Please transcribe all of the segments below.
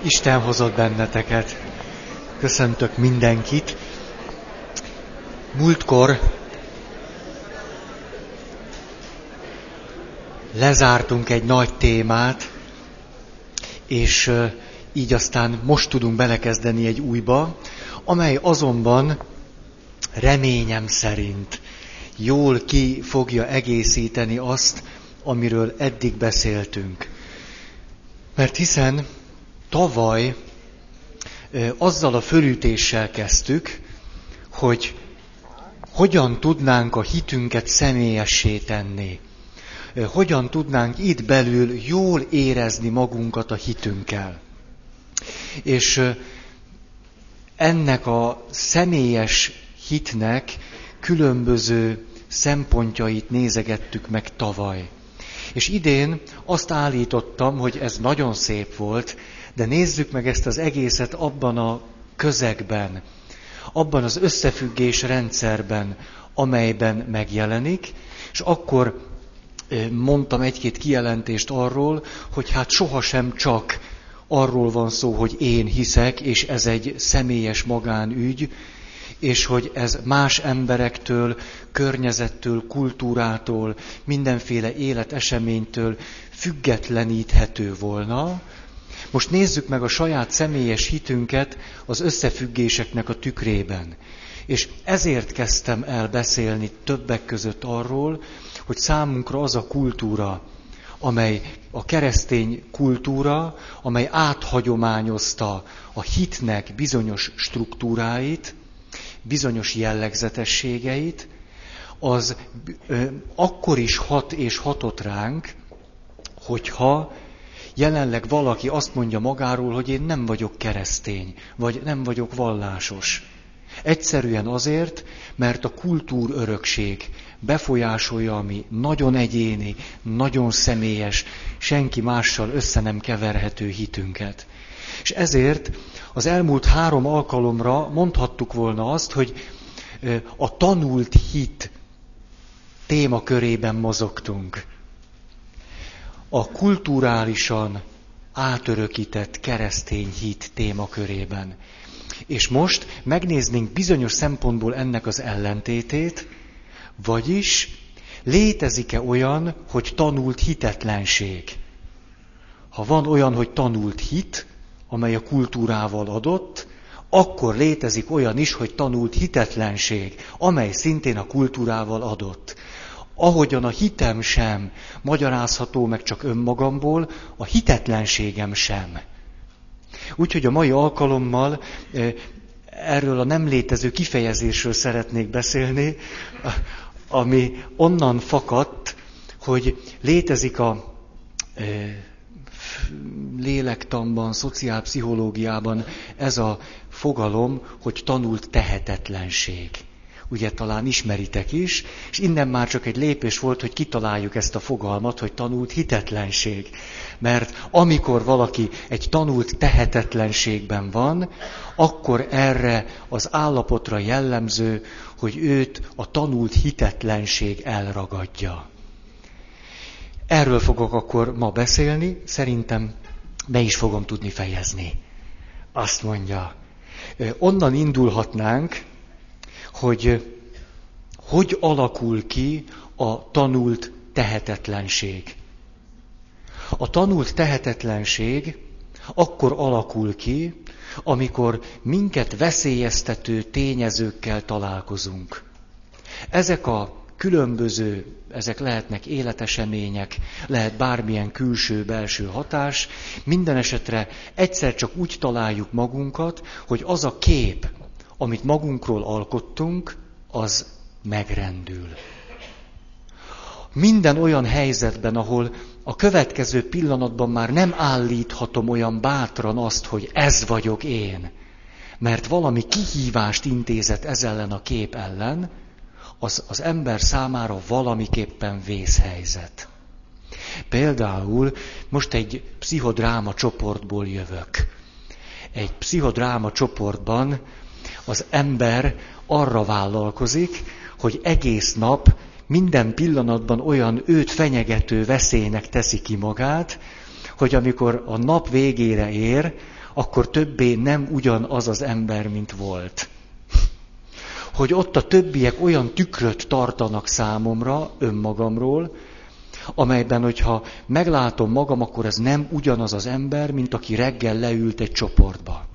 Isten hozott benneteket. Köszöntök mindenkit. Múltkor lezártunk egy nagy témát, és így aztán most tudunk belekezdeni egy újba, amely azonban reményem szerint jól ki fogja egészíteni azt, amiről eddig beszéltünk. Mert hiszen tavaly azzal a fölütéssel kezdtük, hogy hogyan tudnánk a hitünket személyessé tenni. Hogyan tudnánk itt belül jól érezni magunkat a hitünkkel. És ennek a személyes hitnek különböző szempontjait nézegettük meg tavaly. És idén azt állítottam, hogy ez nagyon szép volt, de nézzük meg ezt az egészet abban a közegben, abban az összefüggés rendszerben, amelyben megjelenik, és akkor mondtam egy-két kijelentést arról, hogy hát sohasem csak arról van szó, hogy én hiszek, és ez egy személyes magánügy, és hogy ez más emberektől, környezettől, kultúrától, mindenféle életeseménytől függetleníthető volna. Most nézzük meg a saját személyes hitünket az összefüggéseknek a tükrében. És ezért kezdtem el beszélni többek között arról, hogy számunkra az a kultúra, amely a keresztény kultúra, amely áthagyományozta a hitnek bizonyos struktúráit, bizonyos jellegzetességeit, az akkor is hat és hatott ránk, hogyha jelenleg valaki azt mondja magáról, hogy én nem vagyok keresztény, vagy nem vagyok vallásos. Egyszerűen azért, mert a kultúrörökség befolyásolja a mi nagyon egyéni, nagyon személyes, senki mással össze nem keverhető hitünket. És ezért az elmúlt 3 alkalomra mondhattuk volna azt, hogy a tanult hit témakörében mozogtunk. A kulturálisan átörökített keresztény hit témakörében. És most megnéznénk bizonyos szempontból ennek az ellentétét, vagyis létezik-e olyan, hogy tanult hitetlenség? Ha van olyan, hogy tanult hit, amely a kultúrával adott, akkor létezik olyan is, hogy tanult hitetlenség, amely szintén a kultúrával adott. Ahogyan a hitem sem magyarázható meg csak önmagamból, a hitetlenségem sem. Úgyhogy a mai alkalommal erről a nem létező kifejezésről szeretnék beszélni, ami onnan fakadt, hogy létezik a lélektanban, szociálpszichológiában ez a fogalom, hogy tanult tehetetlenség. Ugye talán ismeritek is, és innen már csak egy lépés volt, hogy kitaláljuk ezt a fogalmat, hogy tanult hitetlenség. Mert amikor valaki egy tanult tehetetlenségben van, akkor erre az állapotra jellemző, hogy őt a tanult hitetlenség elragadja. Erről fogok akkor ma beszélni, szerintem be is fogom tudni fejezni. Azt mondja, onnan indulhatnánk, hogy alakul ki a tanult tehetetlenség. A tanult tehetetlenség akkor alakul ki, amikor minket veszélyeztető tényezőkkel találkozunk. Ezek a különböző, ezek lehetnek életesemények, lehet bármilyen külső-belső hatás, minden esetre egyszer csak úgy találjuk magunkat, hogy az a kép, amit magunkról alkottunk, az megrendül. Minden olyan helyzetben, ahol a következő pillanatban már nem állíthatom olyan bátran azt, hogy ez vagyok én, mert valami kihívást intézett ez ellen a kép ellen, az ember számára valamiképpen vészhelyzet. Például most egy pszichodráma csoportból jövök. Egy pszichodráma csoportban az ember arra vállalkozik, hogy egész nap, minden pillanatban olyan őt fenyegető veszélynek teszi ki magát, hogy amikor a nap végére ér, akkor többé nem ugyanaz az ember, mint volt. Hogy ott a többiek olyan tükröt tartanak számomra, önmagamról, amelyben, hogyha meglátom magam, akkor ez nem ugyanaz az ember, mint aki reggel leült egy csoportba.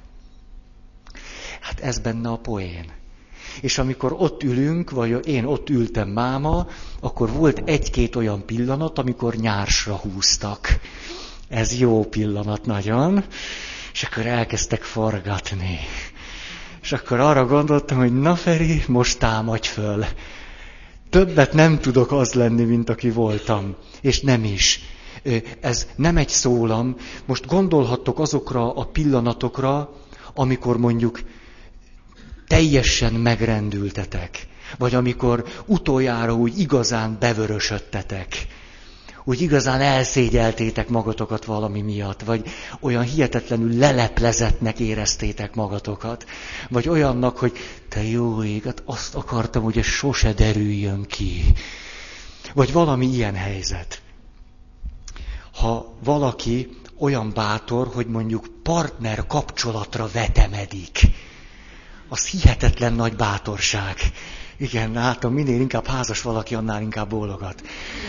Hát ez benne a poén. És amikor ott ülünk, vagy én ott ültem máma, akkor volt egy-két olyan pillanat, amikor nyársra húztak. Ez jó pillanat nagyon. És akkor elkezdtek forgatni. És akkor arra gondoltam, hogy na Feri, most támadj föl. Többet nem tudok az lenni, mint aki voltam. És nem is. Ez nem egy szólam. Most gondolhattok azokra a pillanatokra, amikor mondjuk teljesen megrendültetek. Vagy amikor utoljára úgy igazán bevörösödtetek. Úgy igazán elszégyeltétek magatokat valami miatt. Vagy olyan hihetetlenül leleplezettnek éreztétek magatokat. Vagy olyannak, hogy te jó ég, hát azt akartam, hogy ez sose derüljön ki. Vagy valami ilyen helyzet. Ha valaki olyan bátor, hogy mondjuk partner kapcsolatra vetemedik, az hihetetlen nagy bátorság. Igen, látom, minél inkább házas valaki, annál inkább bólogat.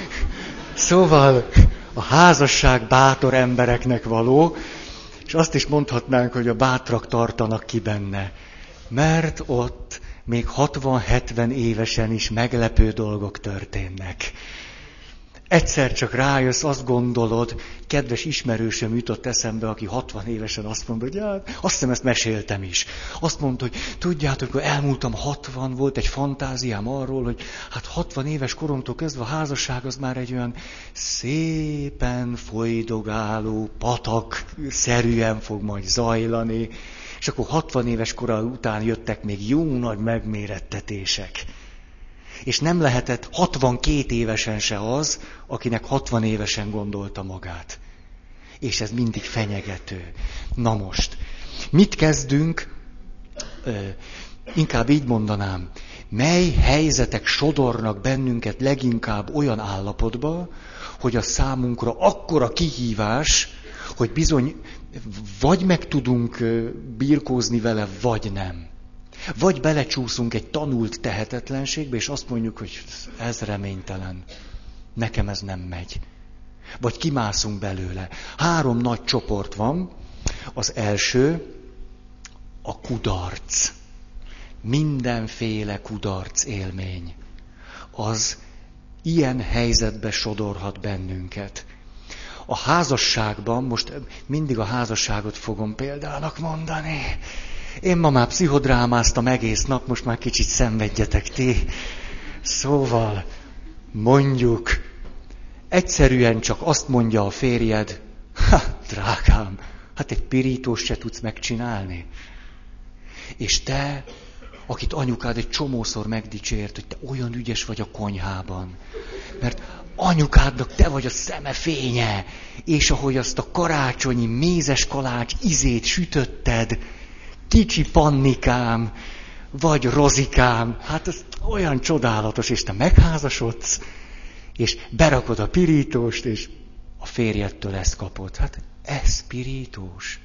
Szóval a házasság bátor embereknek való, és azt is mondhatnánk, hogy a bátrak tartanak ki benne. Mert ott még 60-70 évesen is meglepő dolgok történnek. Egyszer csak rájössz, azt gondolod, kedves ismerősöm jutott eszembe, aki 60 évesen azt mondta, hogy hát, azt hiszem ezt meséltem is. Azt mondta, hogy tudjátok, hogy elmúltam 60, volt egy fantáziám arról, hogy hát 60 éves koromtól kezdve a házasság az már egy olyan szépen folydogáló, patak-szerűen fog majd zajlani. És akkor 60 éves kora után jöttek még jó nagy megmérettetések. És nem lehetett 62 évesen se az, akinek 60 évesen gondolta magát. És ez mindig fenyegető. Na most, mit kezdünk? Inkább így mondanám. Mely helyzetek sodornak bennünket leginkább olyan állapotba, hogy a számunkra akkora kihívás, hogy bizony vagy meg tudunk birkózni vele, vagy nem. Vagy belecsúszunk egy tanult tehetetlenségbe, és azt mondjuk, hogy ez reménytelen. Nekem ez nem megy. Vagy kimászunk belőle. 3 nagy csoport van. Az első a kudarc. Mindenféle kudarc élmény. Az ilyen helyzetbe sodorhat bennünket. A házasságban, most mindig a házasságot fogom példának mondani. Én ma már pszichodrámáztam egész nap, most már kicsit szenvedjetek ti. Szóval, mondjuk, egyszerűen csak azt mondja a férjed, drágám, hát egy pirítóst se tudsz megcsinálni. És te, akit anyukád egy csomószor megdicsért, hogy te olyan ügyes vagy a konyhában, mert anyukádnak te vagy a szeme fénye, és ahogy azt a karácsonyi mézes kalács izét sütötted, kicsi Pannikám, vagy Rozikám, hát ez olyan csodálatos, és te megházasodsz, és berakod a pirítóst, és a férjedtől ezt kapod. Hát ez pirítós.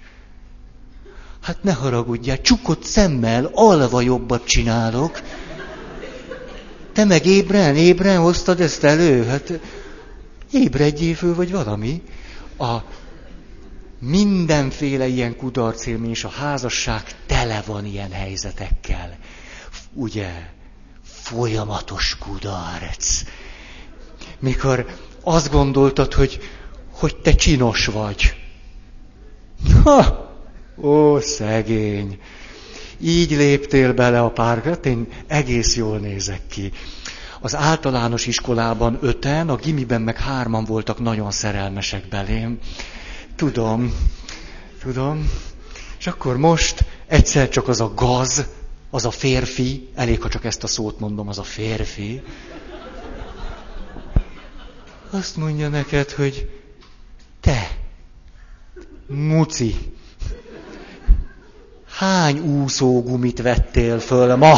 Hát ne haragudjál, csukott szemmel, alva jobbat csinálok. Te meg ébren hoztad ezt elő? Hát ébredjél föl, vagy valami. A mindenféle ilyen kudarcélmény, és a házasság tele van ilyen helyzetekkel. Ugye, folyamatos kudarc. Mikor azt gondoltad, hogy te csinos vagy. Ó, szegény. Így léptél bele a párba, hát én egész jól nézek ki. Az általános iskolában 5-en, a gimiben meg 3-an voltak nagyon szerelmesek belém. Tudom. És akkor most egyszer csak az a gaz, az a férfi, elég, ha csak ezt a szót mondom, az a férfi, azt mondja neked, hogy te, Muci, hány úszógumit vettél föl ma?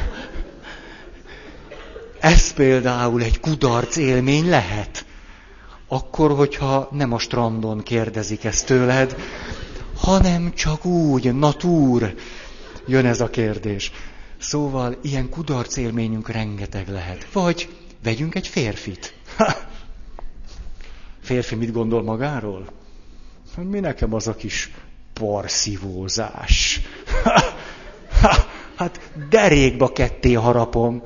Ez például egy kudarc élmény lehet. Akkor, hogyha nem a strandon kérdezik ezt tőled, hanem csak úgy, natúr, jön ez a kérdés. Szóval ilyen kudarc élményünk rengeteg lehet. Vagy vegyünk egy férfit. Férfi mit gondol magáról? Mi nekem az a kis porszívózás? Hát derékba ketté harapom.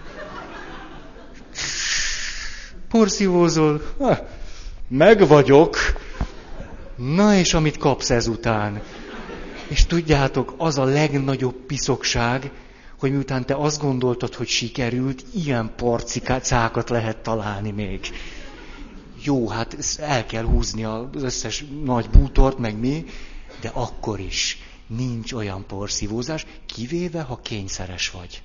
Porszívózol? Meg vagyok. Na és amit kapsz ezután? És tudjátok, az a legnagyobb piszokság, hogy miután te azt gondoltad, hogy sikerült, ilyen porcicákat lehet találni még. Jó, hát el kell húzni az összes nagy bútort, meg mi, de akkor is nincs olyan porszívózás, kivéve, ha kényszeres vagy.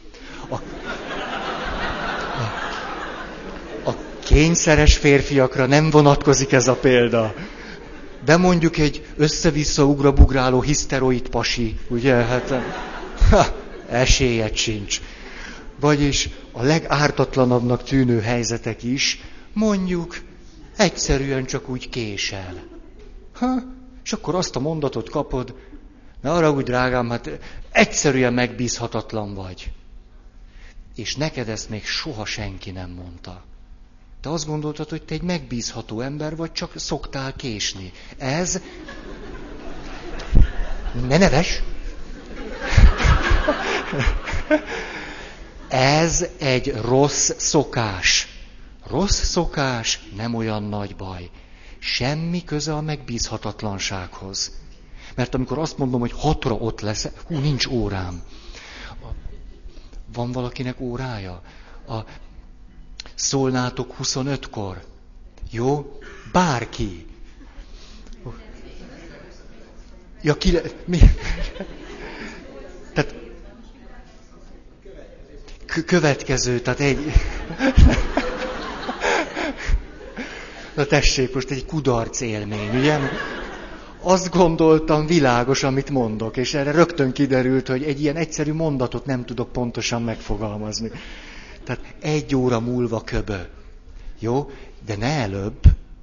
A kényszeres férfiakra nem vonatkozik ez a példa. De mondjuk egy össze-vissza ugrabugráló hiszteroid pasi, ugye, hát esélyed sincs. Vagyis a legártatlanabbnak tűnő helyzetek is, mondjuk, egyszerűen csak úgy késel. És akkor azt a mondatot kapod, ne arra úgy, drágám, hát egyszerűen megbízhatatlan vagy. És neked ezt még soha senki nem mondta. Te azt gondoltad, hogy te egy megbízható ember vagy, csak szoktál késni. Ez... Ne neves! Ez egy rossz szokás. Rossz szokás, nem olyan nagy baj. Semmi köze a megbízhatatlansághoz. Mert amikor azt mondom, hogy 6-ra ott lesz, nincs órám. Van valakinek órája? Szólnátok 25-kor? Jó? Bárki. Ja, mi? Tehát következő, tehát egy... Na tessék, most egy kudarc élmény, ugye? Azt gondoltam, világos, amit mondok, és erre rögtön kiderült, hogy egy ilyen egyszerű mondatot nem tudok pontosan megfogalmazni. Tehát 1 óra múlva köbö. Jó? De ne előbb.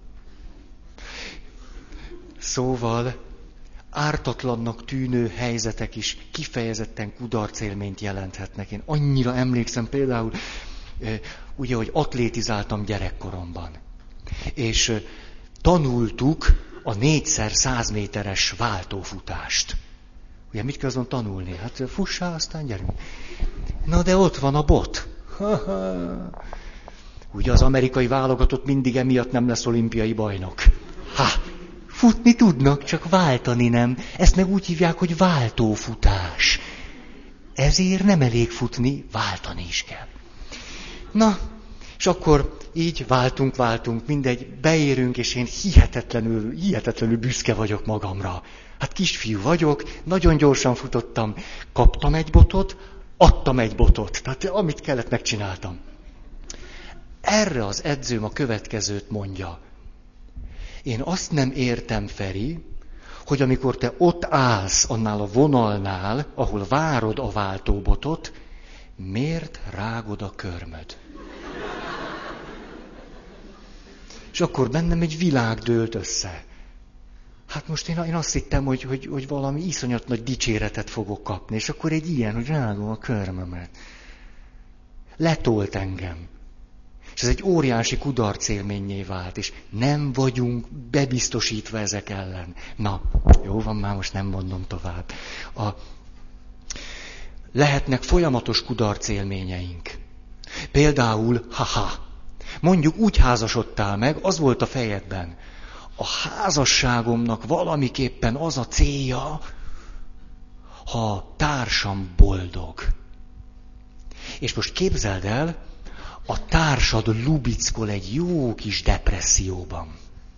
Szóval ártatlannak tűnő helyzetek is kifejezetten kudarcélményt jelenthetnek. Én annyira emlékszem például, ugye, hogy atlétizáltam gyerekkoromban. És tanultuk a 4x100 méteres váltófutást. Ugye mit kell azon tanulni? Hát fussál, aztán gyerünk. Na de ott van a bot. Ugye az amerikai válogatott mindig emiatt nem lesz olimpiai bajnok. Futni tudnak, csak váltani nem. Ezt meg úgy hívják, hogy váltófutás. Ezért nem elég futni, váltani is kell. Na, és akkor így váltunk, mindegy, beérünk, és én hihetetlenül büszke vagyok magamra. Hát kisfiú vagyok, nagyon gyorsan futottam, kaptam egy botot, adtam egy botot. Tehát amit kellett, megcsináltam. Erre az edzőm a következőt mondja. Én azt nem értem, Feri, hogy amikor te ott állsz annál a vonalnál, ahol várod a váltóbotot, miért rágod a körmöd? És akkor bennem egy világ dőlt össze. Hát most én azt hittem, hogy valami iszonyat nagy dicséretet fogok kapni, és akkor egy ilyen, hogy rágom a körmömet. Letolt engem. És ez egy óriási kudarcélménnyé vált, és nem vagyunk bebiztosítva ezek ellen. Na, jó van, már most nem mondom tovább. Lehetnek folyamatos kudarcélményeink. Például, mondjuk úgy házasodtál meg, az volt a fejedben. A házasságomnak valamiképpen az a célja, ha a társam boldog. És most képzeld el, a társad lubickol egy jó kis depresszióban.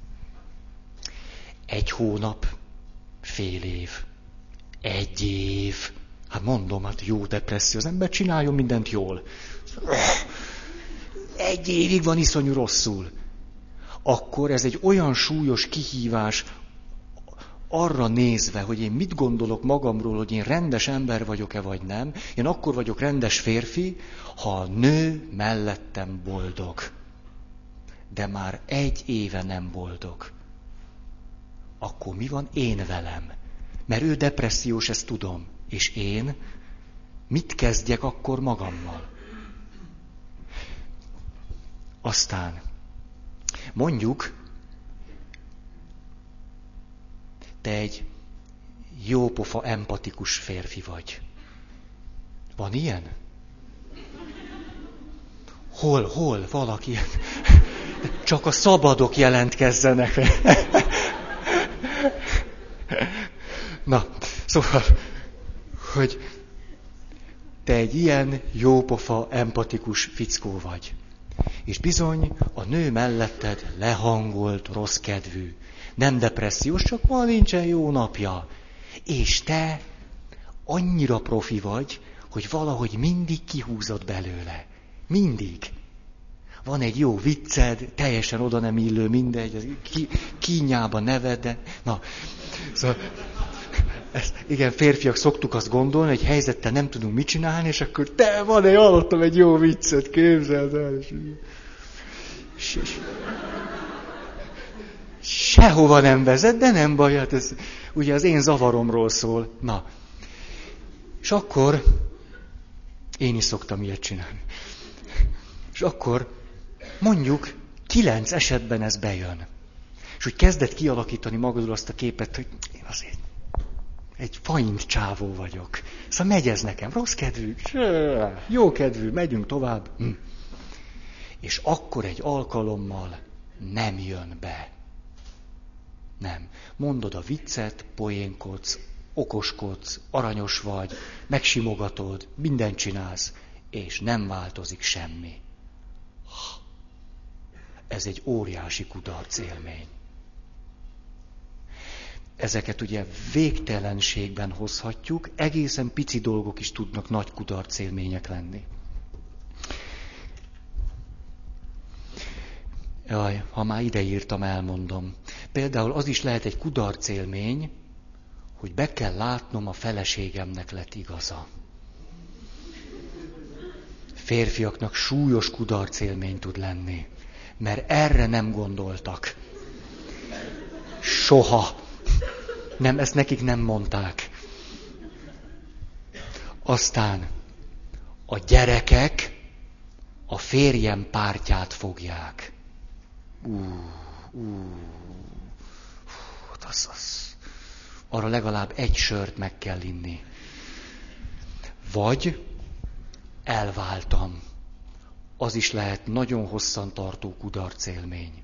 1 hónap, fél év, 1 év. Hát mondom, hát jó depresszió, az ember csináljon mindent jól. 1 évig van iszonyú rosszul. Akkor ez egy olyan súlyos kihívás arra nézve, hogy én mit gondolok magamról, hogy én rendes ember vagyok-e vagy nem. Én akkor vagyok rendes férfi, ha a nő mellettem boldog. De már 1 éve nem boldog. akkor mi van én velem? Mert ő depressziós, ezt tudom. És én mit kezdjek akkor magammal? Aztán mondjuk, te egy jópofa, empatikus férfi vagy. Van ilyen? Hol? Valaki? Csak a szabadok jelentkezzenek. Na, szóval, hogy te egy ilyen jópofa, empatikus fickó vagy. És bizony a nő melletted lehangolt, rossz kedvű. Nem depressziós, csak ma nincsen jó napja. És te annyira profi vagy, hogy valahogy mindig kihúzod belőle. Mindig. Van egy jó vicced, teljesen oda nem illő, mindegy, kínjába neved, de... Na, szóval... Igen, férfiak szoktuk azt gondolni, hogy helyzettel nem tudunk mit csinálni, és akkor hallottam egy jó viccet, képzeld el. Sehova nem vezet, de nem baj, hát ez ugye az én zavaromról szól. Na, és akkor én is szoktam ilyet csinálni. És akkor mondjuk 9 esetben ez bejön. És úgy kezded kialakítani magadról azt a képet, hogy én azért egy faint csávó vagyok. Szóval megy ez nekem, rossz kedvű, jó kedvű, megyünk tovább. És akkor egy alkalommal nem jön be. Nem. Mondod a viccet, poénkodsz, okoskodsz, aranyos vagy, megsimogatod, mindent csinálsz, és nem változik semmi. Ez egy óriási kudarc élmény. Ezeket ugye végtelenségben hozhatjuk, egészen pici dolgok is tudnak nagy kudarc élmények lenni. Jaj, ha már ide írtam, elmondom. Például az is lehet egy kudarc élmény, hogy be kell látnom, a feleségemnek lett igaza. Férfiaknak súlyos kudarc élmény tud lenni, mert erre nem gondoltak. Soha. Nem, ezt nekik nem mondták. Aztán a gyerekek a férjem pártját fogják. Arra legalább egy sört meg kell inni. Vagy elváltam. Az is lehet nagyon hosszan tartó kudarcélmény.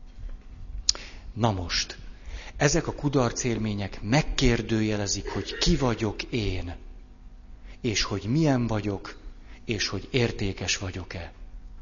Na most, ezek a kudarcélmények megkérdőjelezik, hogy ki vagyok én, és hogy milyen vagyok, és hogy értékes vagyok-e.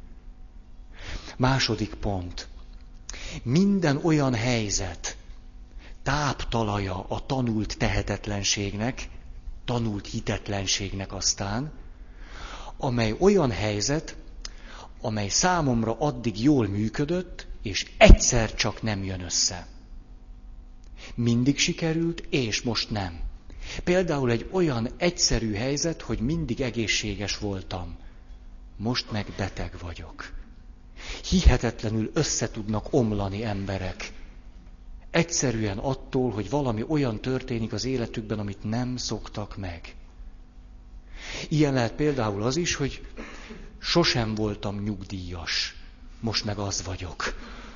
Második pont. Minden olyan helyzet táptalaja a tanult tehetetlenségnek, tanult hitetlenségnek aztán, amely olyan helyzet, amely számomra addig jól működött, és egyszer csak nem jön össze. Mindig sikerült, és most nem. Például egy olyan egyszerű helyzet, hogy mindig egészséges voltam. Most meg beteg vagyok. Hihetetlenül össze tudnak omlani emberek. Egyszerűen attól, hogy valami olyan történik az életükben, amit nem szoktak meg. Ilyen lehet például az is, hogy sosem voltam nyugdíjas, most meg az vagyok.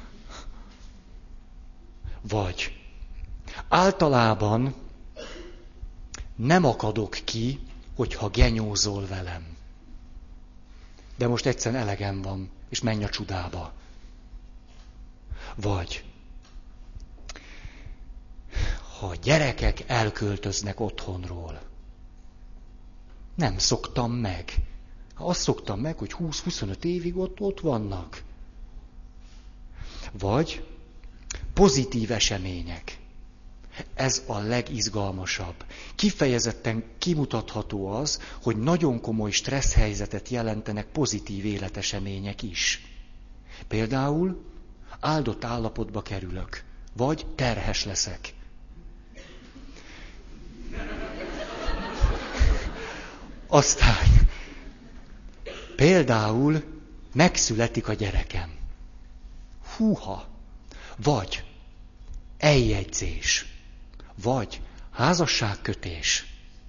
Vagy általában nem akadok ki, hogyha genyózol velem. De most egyszerűen elegem van, és menj a csudába. Vagy ha a gyerekek elköltöznek otthonról, nem szoktam meg. Azt szoktam meg, hogy 20-25 évig ott vannak. Vagy pozitív események. Ez a legizgalmasabb. Kifejezetten kimutatható az, hogy nagyon komoly stressz helyzetet jelentenek pozitív életesemények is. Például áldott állapotba kerülök, vagy terhes leszek. Aztán például megszületik a gyerekem. Húha! Vagy eljegyzés, vagy házasságkötés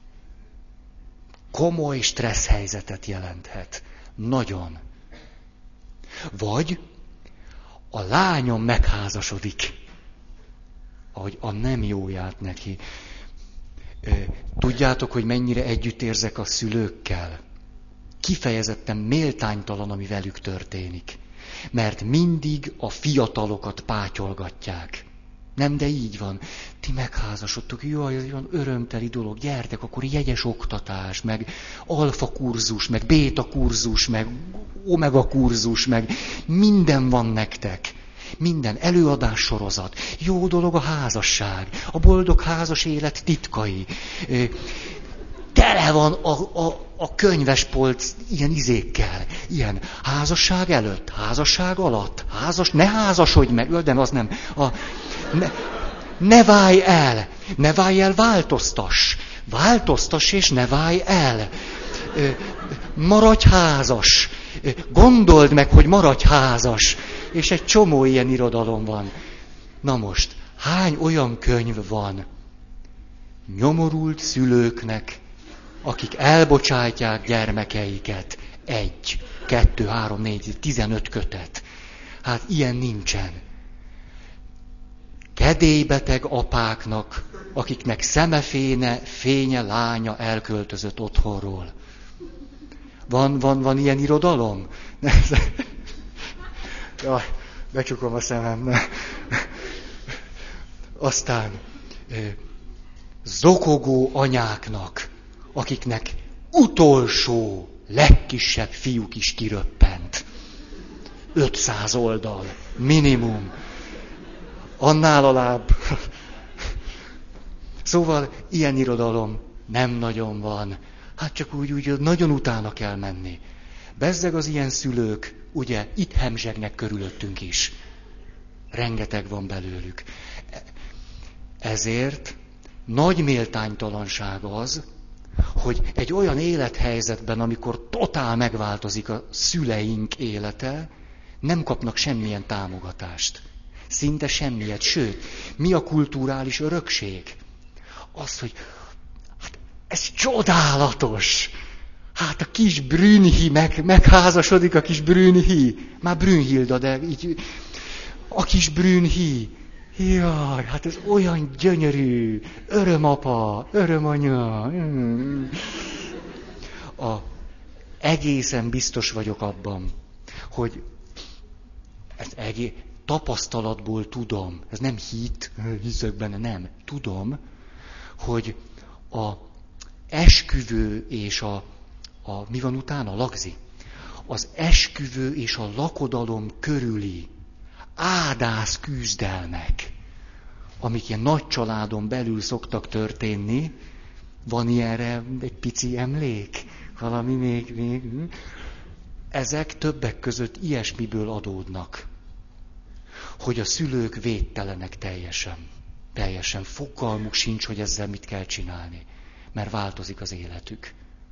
komoly stressz helyzetet jelenthet. Nagyon. Vagy a lányom megházasodik, ahogy a nem jóját neki. Tudjátok, hogy mennyire együtt érzek a szülőkkel? Kifejezetten méltánytalan, ami velük történik. Mert mindig a fiatalokat pátyolgatják. Nem, de így van. Ti megházasodtok, jaj, ez olyan örömteli dolog, gyertek, akkor jegyes oktatás, meg alfa kurzus, meg béta kurzus, meg omega kurzus, meg minden van nektek. Minden előadás sorozat. Jó dolog a házasság, a boldog házas élet titkai. Tele van a könyvespolc ilyen izékkel. Ilyen házasság előtt, házasság alatt, ne házasodj meg, de az nem. Ne válj el, változtass és ne válj el. Maradj házas, gondold meg, hogy maradj házas. És egy csomó ilyen irodalom van. Na most, hány olyan könyv van nyomorult szülőknek, akik elbocsátják gyermekeiket? 1, 2, 3, 4, 15 kötet. Hát ilyen nincsen. Kedélybeteg apáknak, akiknek fénye lánya elköltözött otthonról. Van ilyen irodalom? Jaj, becsukom a szemem. Aztán zokogó anyáknak, akiknek utolsó, legkisebb fiúk is kiröppent. 500 oldal, minimum. Annál alább. Szóval ilyen irodalom nem nagyon van. Hát csak úgy nagyon utána kell menni. Bezzeg az ilyen szülők, ugye, itt hemzsegnek körülöttünk is. Rengeteg van belőlük. Ezért nagy méltánytalanság az, hogy egy olyan élethelyzetben, amikor totál megváltozik a szüleink élete, nem kapnak semmilyen támogatást. Szinte semmiet. Sőt, mi a kulturális örökség? Az, hogy hát ez csodálatos. Hát a kis Brünhi megházasodik a kis Brünhi. Már Brünnhilda, de így a kis Brünhi. Jaj, hát ez olyan gyönyörű. Örömapa, örömanya. Egészen biztos vagyok abban, hogy tapasztalatból tudom, ez nem hit, hiszek benne, nem. Tudom, hogy a esküvő és mi van utána? Lagzi. Az esküvő és a lakodalom körüli ádász küzdelmek, amik ilyen nagy családon belül szoktak történni, van ilyenre egy pici emlék? Valami még? Ezek többek között ilyesmiből adódnak, hogy a szülők védtelenek teljesen. Fogalmuk sincs, hogy ezzel mit kell csinálni, mert változik az életük.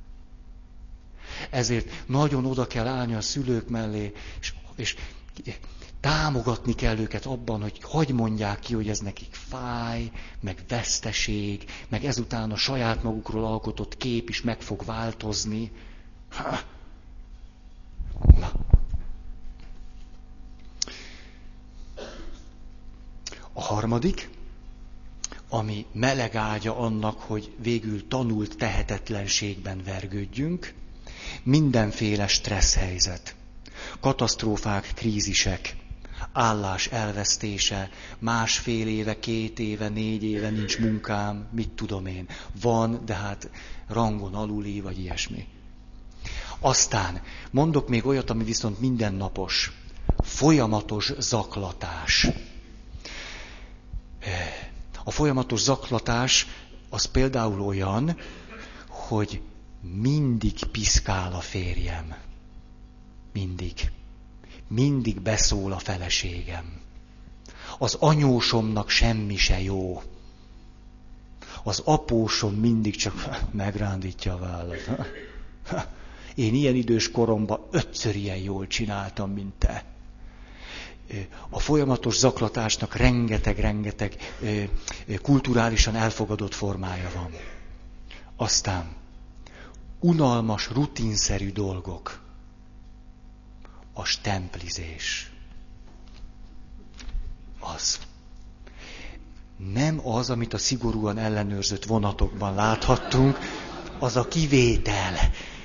Ezért nagyon oda kell állni a szülők mellé, és támogatni kell őket abban, hogy hadd mondják ki, hogy ez nekik fáj, meg veszteség, meg ezután a saját magukról alkotott kép is meg fog változni. Na. A harmadik, ami meleg ágya annak, hogy végül tanult tehetetlenségben vergődjünk, mindenféle stressz helyzet, katasztrófák, krízisek, állás elvesztése, 1,5 éve, 2 éve, 4 éve nincs munkám, mit tudom én. Van, de hát rangon aluli, vagy ilyesmi. Aztán mondok még olyat, ami viszont mindennapos. Folyamatos zaklatás. A folyamatos zaklatás az például olyan, hogy mindig piszkál a férjem. Mindig beszól a feleségem. Az anyósomnak semmi se jó. Az apósom mindig csak megrándítja a vállat. Én ilyen idős koromban 5-ször ilyen jól csináltam, mint te. A folyamatos zaklatásnak rengeteg kulturálisan elfogadott formája van. Aztán unalmas, rutinszerű dolgok. A stemplizés. Az. Nem az, amit a szigorúan ellenőrzött vonatokban láthattunk, az a kivétel.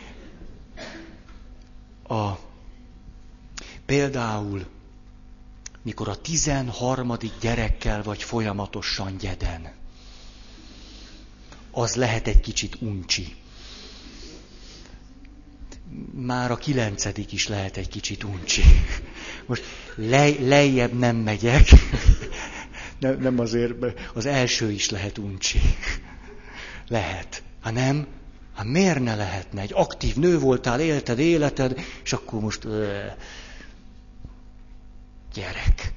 Például, mikor a 13. gyerekkel vagy folyamatosan gyeden, az lehet egy kicsit uncsi. Már a 9. is lehet egy kicsit uncsi. Most lejjebb nem megyek, nem azért, az első is lehet uncsi. Lehet. Ha nem, hát miért ne lehetne? Egy aktív nő voltál, élted életed, és akkor most... gyerek.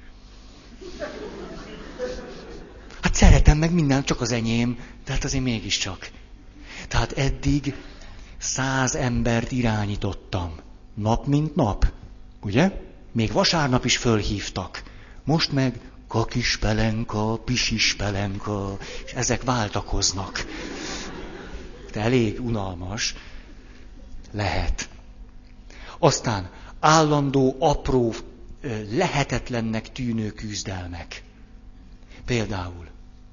Hát szeretem meg minden, csak az enyém, tehát azért mégiscsak. Tehát eddig 100 embert irányítottam. Nap mint nap. Ugye? Még vasárnap is fölhívtak. Most meg kakis pelenka, pisis pelenka, és ezek váltakoznak. De elég unalmas. Lehet. Aztán állandó, apró, lehetetlennek tűnő küzdelmek. Például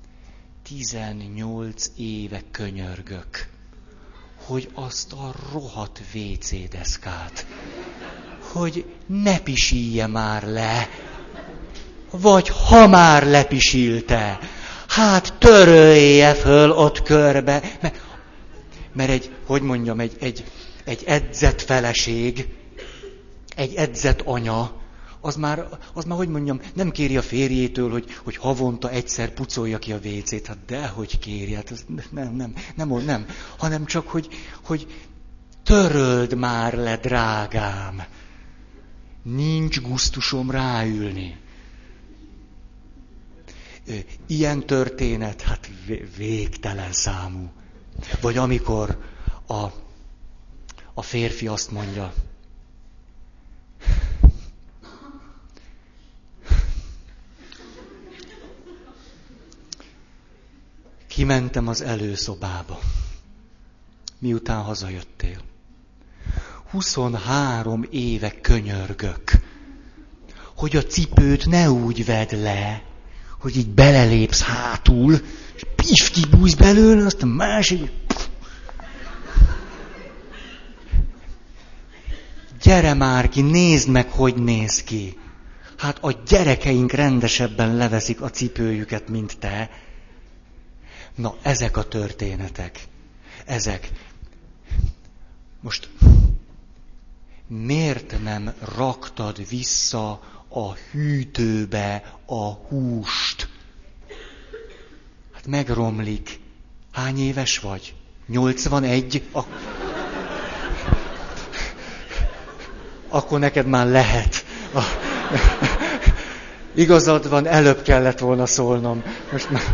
18 éve könyörgök, hogy azt a rohadt WC deszkát, hogy ne pisilje már le, vagy ha már lepisilte, hát törölje föl ott körbe, mert egy edzett feleség, egy edzett anya, az már, nem kéri a férjétől, hogy havonta egyszer pucolja ki a WC-t. Hát dehogy kéri, hát nem, hanem csak, hogy töröld már le, drágám. Nincs gusztusom ráülni. Ilyen történet, hát végtelen számú. Vagy amikor a férfi azt mondja, kimentem az előszobába, miután hazajöttél. 23 éve könyörgök, hogy a cipőt ne úgy vedd le, hogy így belelépsz hátul, és pif, kibújsz belőle, azt a másik... Gyere már ki, nézd meg, hogy néz ki. Hát a gyerekeink rendesebben leveszik a cipőjüket, mint te. Na, ezek a történetek. Ezek. Most miért nem raktad vissza a hűtőbe a húst? Hát megromlik. Hány éves vagy? 81? Akkor neked már lehet. Igazad van, előbb kellett volna szólnom. Most már...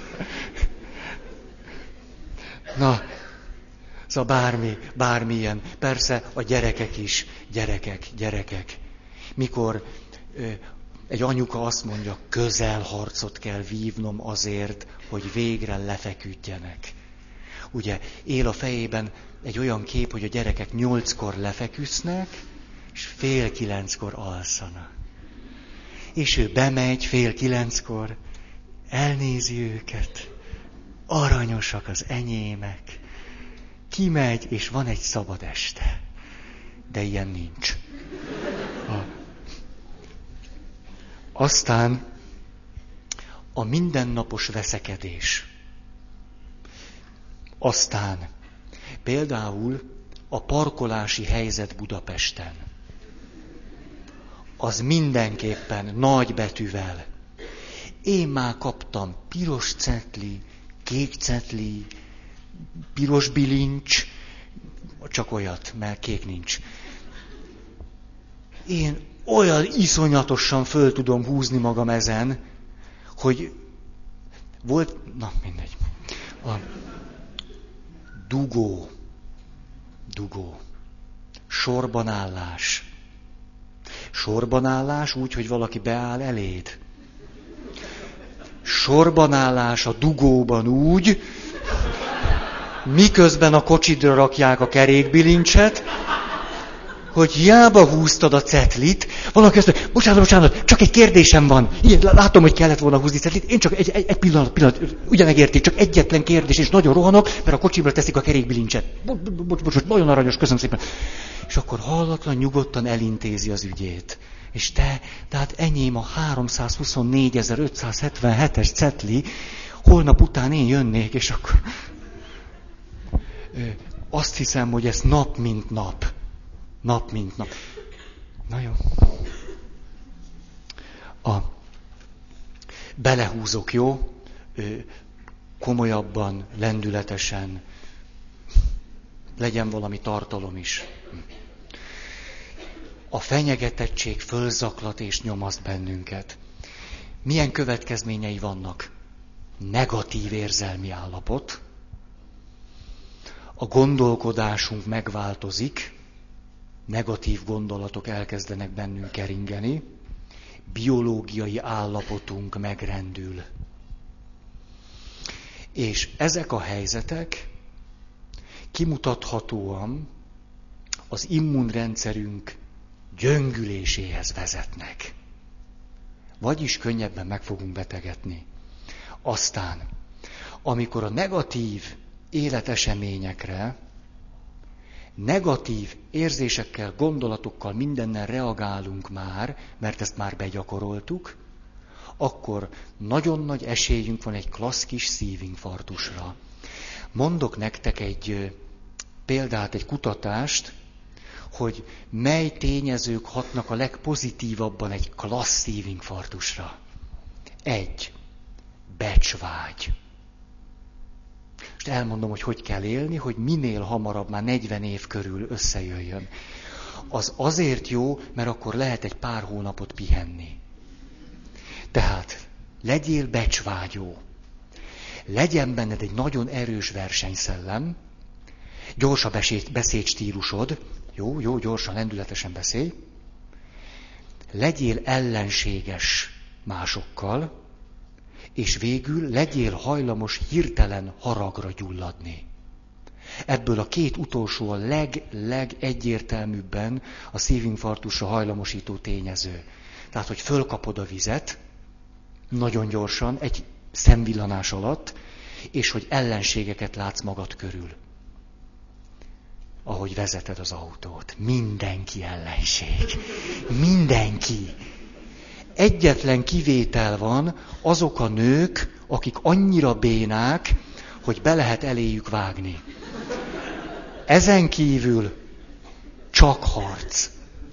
Na, szóval bármilyen. Persze a gyerekek is. Gyerekek. Mikor egy anyuka azt mondja, közelharcot kell vívnom azért, hogy végre lefeküdjenek. Ugye, él a fejében egy olyan kép, hogy a gyerekek 8-kor lefeküsznek, és 8:30 alszanak. És ő bemegy 8:30, elnézi őket, aranyosak az enyémek, kimegy, és van egy szabad este. De ilyen nincs. Aztán a mindennapos veszekedés. Aztán például a parkolási helyzet Budapesten. Az mindenképpen nagy betűvel. Én már kaptam piros cetli, kék cetli, piros bilincs, csak olyat, mert kék nincs. Én olyan iszonyatosan föl tudom húzni magam ezen, hogy volt, na mindegy, a dugó, sorbanállás. Sorbanállás úgy, hogy valaki beáll eléd. Sorbanállás a dugóban úgy, miközben a kocsidra rakják a kerékbilincset, hogy hiába húztad a cetlit, valaki azt mondja, bocsánat, csak egy kérdésem van. Igen, látom, hogy kellett volna húzni cetlit, én csak egy pillanat, ugye megérték, csak egyetlen kérdés, és nagyon rohanok, mert a kocsimra teszik a kerékbilincset. Bocs, nagyon aranyos, köszönöm szépen. És akkor hallatlan, nyugodtan elintézi az ügyét. És tehát enyém a 324.577-es cetli, holnap után én jönnék, és akkor... Azt hiszem, hogy ez nap mint nap. Nap mint nap. Na jó. Belehúzok, jó? Komolyabban, lendületesen. Legyen valami tartalom is. A fenyegetettség fölzaklat és nyomaszt bennünket. Milyen következményei vannak? Negatív érzelmi állapot. A gondolkodásunk megváltozik, negatív gondolatok elkezdenek bennünk keringeni, biológiai állapotunk megrendül. És ezek a helyzetek kimutathatóan az immunrendszerünk gyöngüléséhez vezetnek. Vagyis könnyebben meg fogunk betegedni. Aztán, amikor a negatív életeseményekre, negatív érzésekkel, gondolatokkal, mindennel reagálunk már, mert ezt már begyakoroltuk, akkor nagyon nagy esélyünk van egy klassz kis szívinfarktusra. Mondok nektek egy példát, egy kutatást, hogy mely tényezők hatnak a legpozitívabban egy klassz szívinfarktusra. 1. Becsvágy. Most elmondom, hogy kell élni, hogy minél hamarabb, már 40 év körül összejöjjön. Az azért jó, mert akkor lehet egy pár hónapot pihenni. Tehát legyél becsvágyó. Legyen benned egy nagyon erős versenyszellem, gyors a beszédstílusod, jó, gyorsan, lendületesen beszélj. Legyél ellenséges másokkal, és végül legyél hajlamos hirtelen haragra gyulladni. Ebből a két utolsó a legegyértelműbben a szívinfarktusra hajlamosító tényező. Tehát, hogy fölkapod a vizet, nagyon gyorsan, egy szemvillanás alatt, és hogy ellenségeket látsz magad körül. Ahogy vezeted az autót. Mindenki ellenség. Mindenki. Egyetlen kivétel van, azok a nők, akik annyira bénák, hogy be lehet eléjük vágni. Ezen kívül csak harc.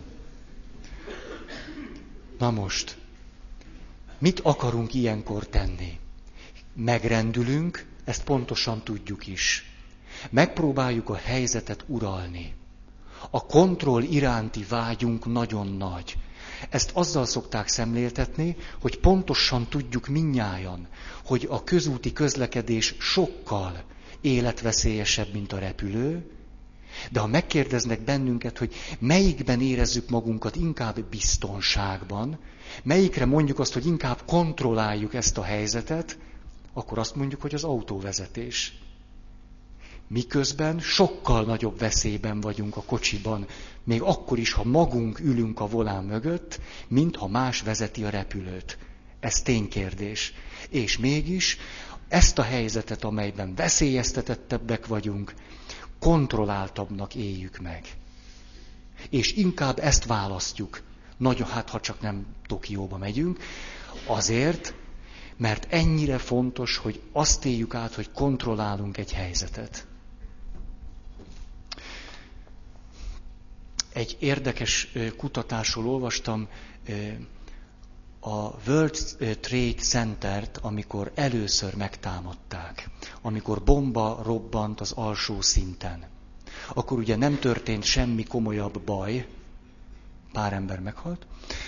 Na most, mit akarunk ilyenkor tenni? Megrendülünk, ezt pontosan tudjuk is. Megpróbáljuk a helyzetet uralni. A kontroll iránti vágyunk nagyon nagy. Ezt azzal szokták szemléltetni, hogy pontosan tudjuk mindnyájan, hogy a közúti közlekedés sokkal életveszélyesebb, mint a repülő, de ha megkérdeznek bennünket, hogy melyikben érezzük magunkat inkább biztonságban, melyikre mondjuk azt, hogy inkább kontrolláljuk ezt a helyzetet, akkor azt mondjuk, hogy az autóvezetés. Miközben sokkal nagyobb veszélyben vagyunk a kocsiban, még akkor is, ha magunk ülünk a volán mögött, mint ha más vezeti a repülőt. Ez ténykérdés. És mégis ezt a helyzetet, amelyben veszélyeztetettebbek vagyunk, kontrolláltabbnak éljük meg. És inkább ezt választjuk. Nagyon, hát ha csak nem Tokióba megyünk, azért, mert ennyire fontos, hogy azt éljük át, hogy kontrollálunk egy helyzetet. Egy érdekes kutatásról olvastam a World Trade Centert, amikor először megtámadták, amikor bomba robbant az alsó szinten. Akkor ugye nem történt semmi komolyabb baj, pár ember meghalt.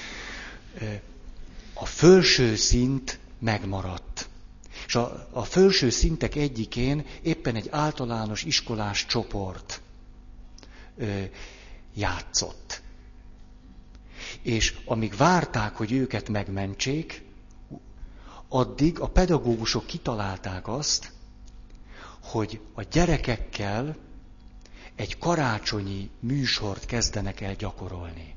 A felső szint megmaradt. És a felső szintek egyikén éppen egy általános iskolás csoport játszott. És amíg várták, hogy őket megmentsék, addig a pedagógusok kitalálták azt, hogy a gyerekekkel egy karácsonyi műsort kezdenek el gyakorolni.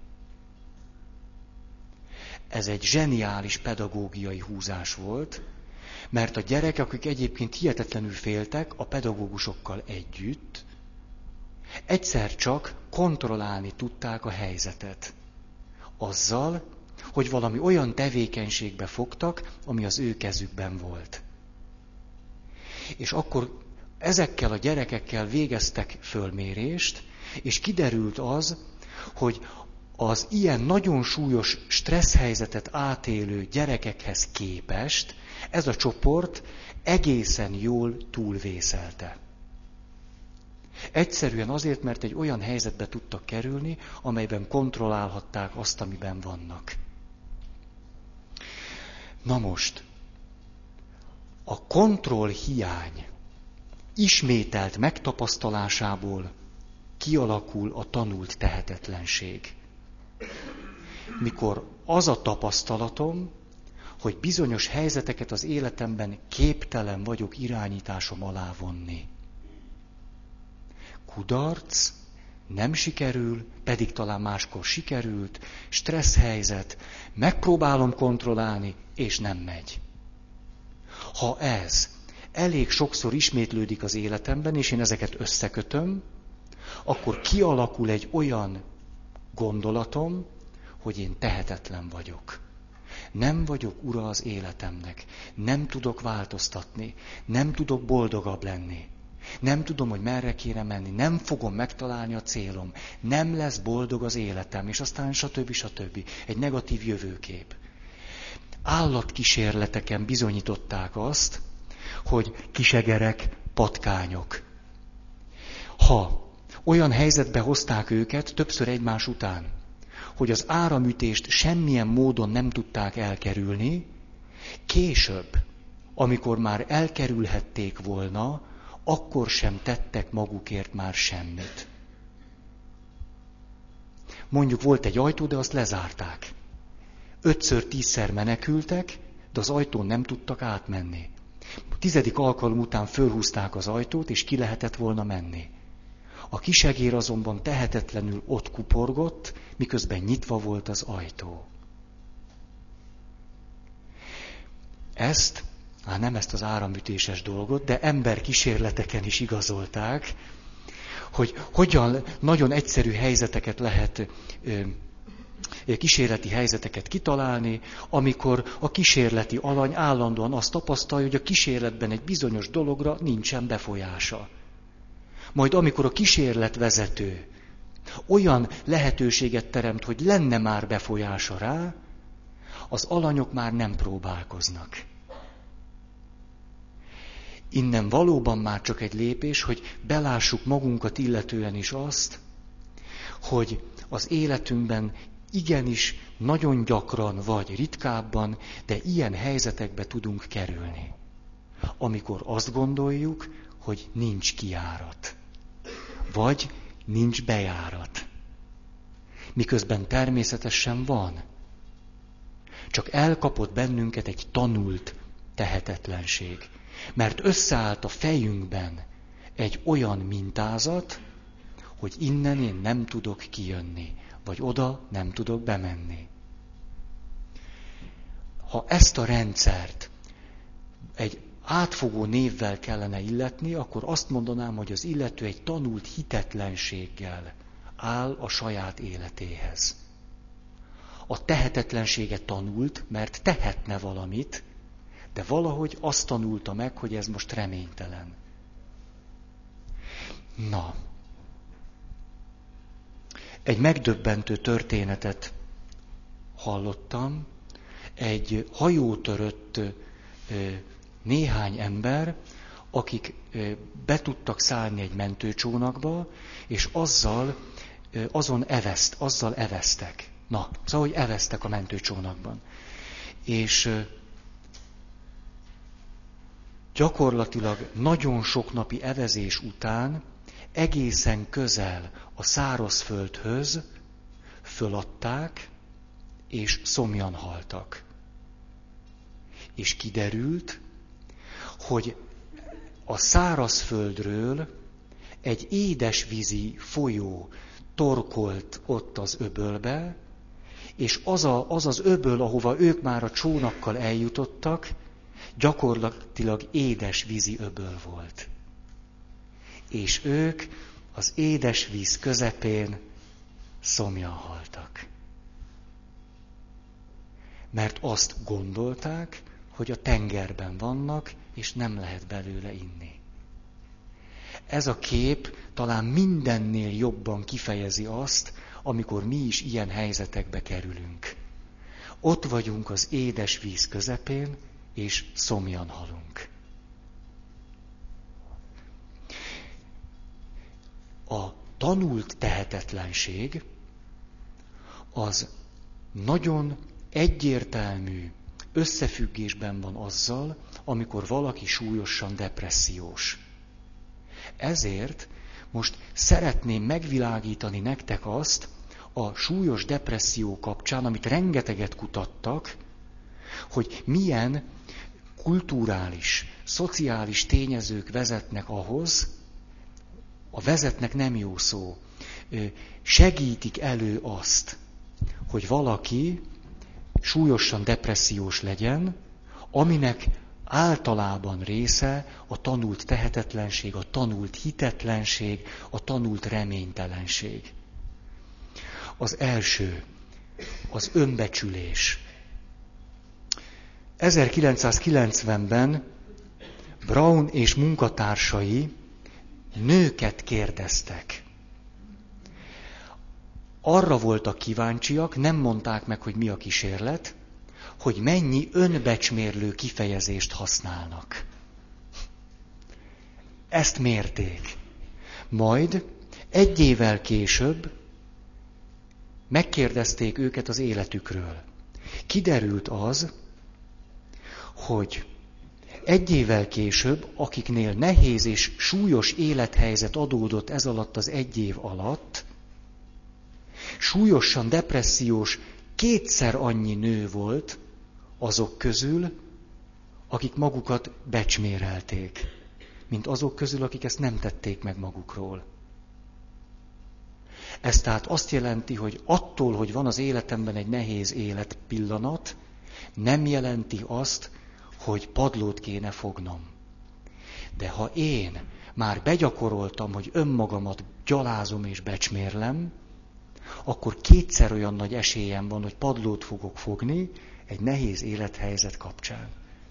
Ez egy zseniális pedagógiai húzás volt, mert a gyerekek, akik egyébként hihetetlenül féltek, a pedagógusokkal együtt, egyszer csak kontrollálni tudták a helyzetet. Azzal, hogy valami olyan tevékenységbe fogtak, ami az ő kezükben volt. És akkor ezekkel a gyerekekkel végeztek fölmérést, és kiderült az, hogy az ilyen nagyon súlyos stressz helyzetet átélő gyerekekhez képest ez a csoport egészen jól túlvészelte. Egyszerűen azért, mert egy olyan helyzetbe tudtak kerülni, amelyben kontrollálhatták azt, amiben vannak. Na most, a kontrollhiány ismételt megtapasztalásából kialakul a tanult tehetetlenség. Mikor az a tapasztalatom, hogy bizonyos helyzeteket az életemben képtelen vagyok irányításom alá vonni. Kudarc, nem sikerül, pedig talán máskor sikerült, stressz helyzet, megpróbálom kontrollálni, és nem megy. Ha ez elég sokszor ismétlődik az életemben, és én ezeket összekötöm, akkor kialakul egy olyan gondolatom, hogy én tehetetlen vagyok. Nem vagyok ura az életemnek, nem tudok változtatni, nem tudok boldogabb lenni. Nem tudom, hogy merre kéne menni, nem fogom megtalálni a célom, nem lesz boldog az életem, és aztán stb. Egy negatív jövőkép. Állatkísérleteken bizonyították azt, hogy kisegerek, patkányok. Ha olyan helyzetbe hozták őket többször egymás után, hogy az áramütést semmilyen módon nem tudták elkerülni, később, amikor már elkerülhették volna, akkor sem tettek magukért már semmit. Mondjuk volt egy ajtó, de azt lezárták. 5-ször, 10-szer menekültek, de az ajtón nem tudtak átmenni. A 10. alkalom után fölhúzták az ajtót, és ki lehetett volna menni. A kisegér azonban tehetetlenül ott kuporgott, miközben nyitva volt az ajtó. Nem ezt az áramütéses dolgot, de emberkísérleteken is igazolták, hogy hogyan nagyon egyszerű helyzeteket lehet, kísérleti helyzeteket kitalálni, amikor a kísérleti alany állandóan azt tapasztalja, hogy a kísérletben egy bizonyos dologra nincsen befolyása. Majd amikor a kísérletvezető olyan lehetőséget teremt, hogy lenne már befolyása rá, az alanyok már nem próbálkoznak. Innen valóban már csak egy lépés, hogy belássuk magunkat illetően is azt, hogy az életünkben igenis nagyon gyakran vagy ritkábban, de ilyen helyzetekbe tudunk kerülni. Amikor azt gondoljuk, hogy nincs kijárat, vagy nincs bejárat. Miközben természetesen van. Csak elkapott bennünket egy tanult tehetetlenség. Mert összeállt a fejünkben egy olyan mintázat, hogy innen én nem tudok kijönni, vagy oda nem tudok bemenni. Ha ezt a rendszert egy átfogó névvel kellene illetni, akkor azt mondanám, hogy az illető egy tanult hitetlenséggel áll a saját életéhez. A tehetetlensége tanult, mert tehetne valamit, de valahogy azt tanulta meg, hogy ez most reménytelen. Na, egy megdöbbentő történetet hallottam. Egy hajótörött néhány ember, akik be tudtak szállni egy mentőcsónakba, és azzal eveztek. Na, szóval, hogy eveztek a mentőcsónakban. És gyakorlatilag nagyon sok napi evezés után egészen közel a szárazföldhöz föladták, és szomjan haltak. És kiderült, hogy a szárazföldről egy édesvízi folyó torkolt ott az öbölbe, és az az öböl, ahova ők már a csónakkal eljutottak, gyakorlatilag édesvízi öböl volt. És ők az édesvíz közepén szomjan haltak. Mert azt gondolták, hogy a tengerben vannak, és nem lehet belőle inni. Ez a kép talán mindennél jobban kifejezi azt, amikor mi is ilyen helyzetekbe kerülünk. Ott vagyunk az édes víz közepén, és szomjan halunk. A tanult tehetetlenség az nagyon egyértelmű összefüggésben van azzal, amikor valaki súlyosan depressziós. Ezért most szeretném megvilágítani nektek azt a súlyos depresszió kapcsán, amit rengeteget kutattak, hogy milyen kulturális, szociális tényezők vezetnek ahhoz, a vezetnek nem jó szó, segítik elő azt, hogy valaki súlyosan depressziós legyen, aminek általában része a tanult tehetetlenség, a tanult hitetlenség, a tanult reménytelenség. Az első, az önbecsülés. 1990-ben Brown és munkatársai nőket kérdeztek. Arra voltak kíváncsiak, nem mondták meg, hogy mi a kísérlet, hogy mennyi önbecsmérlő kifejezést használnak. Ezt mérték. Majd egy évvel később megkérdezték őket az életükről. Kiderült az, hogy egy évvel később, akiknél nehéz és súlyos élethelyzet adódott ez alatt az egy év alatt, súlyosan depressziós 2-szer annyi nő volt azok közül, akik magukat becsmérelték, mint azok közül, akik ezt nem tették meg magukról. Ez tehát azt jelenti, hogy attól, hogy van az életemben egy nehéz életpillanat, nem jelenti azt, hogy padlót kéne fognom. De ha én már begyakoroltam, hogy önmagamat gyalázom és becsmérlem, akkor 2-szer olyan nagy esélyem van, hogy padlót fogok fogni egy nehéz élethelyzet kapcsán.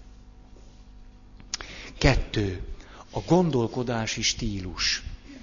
2. A gondolkodási stílus.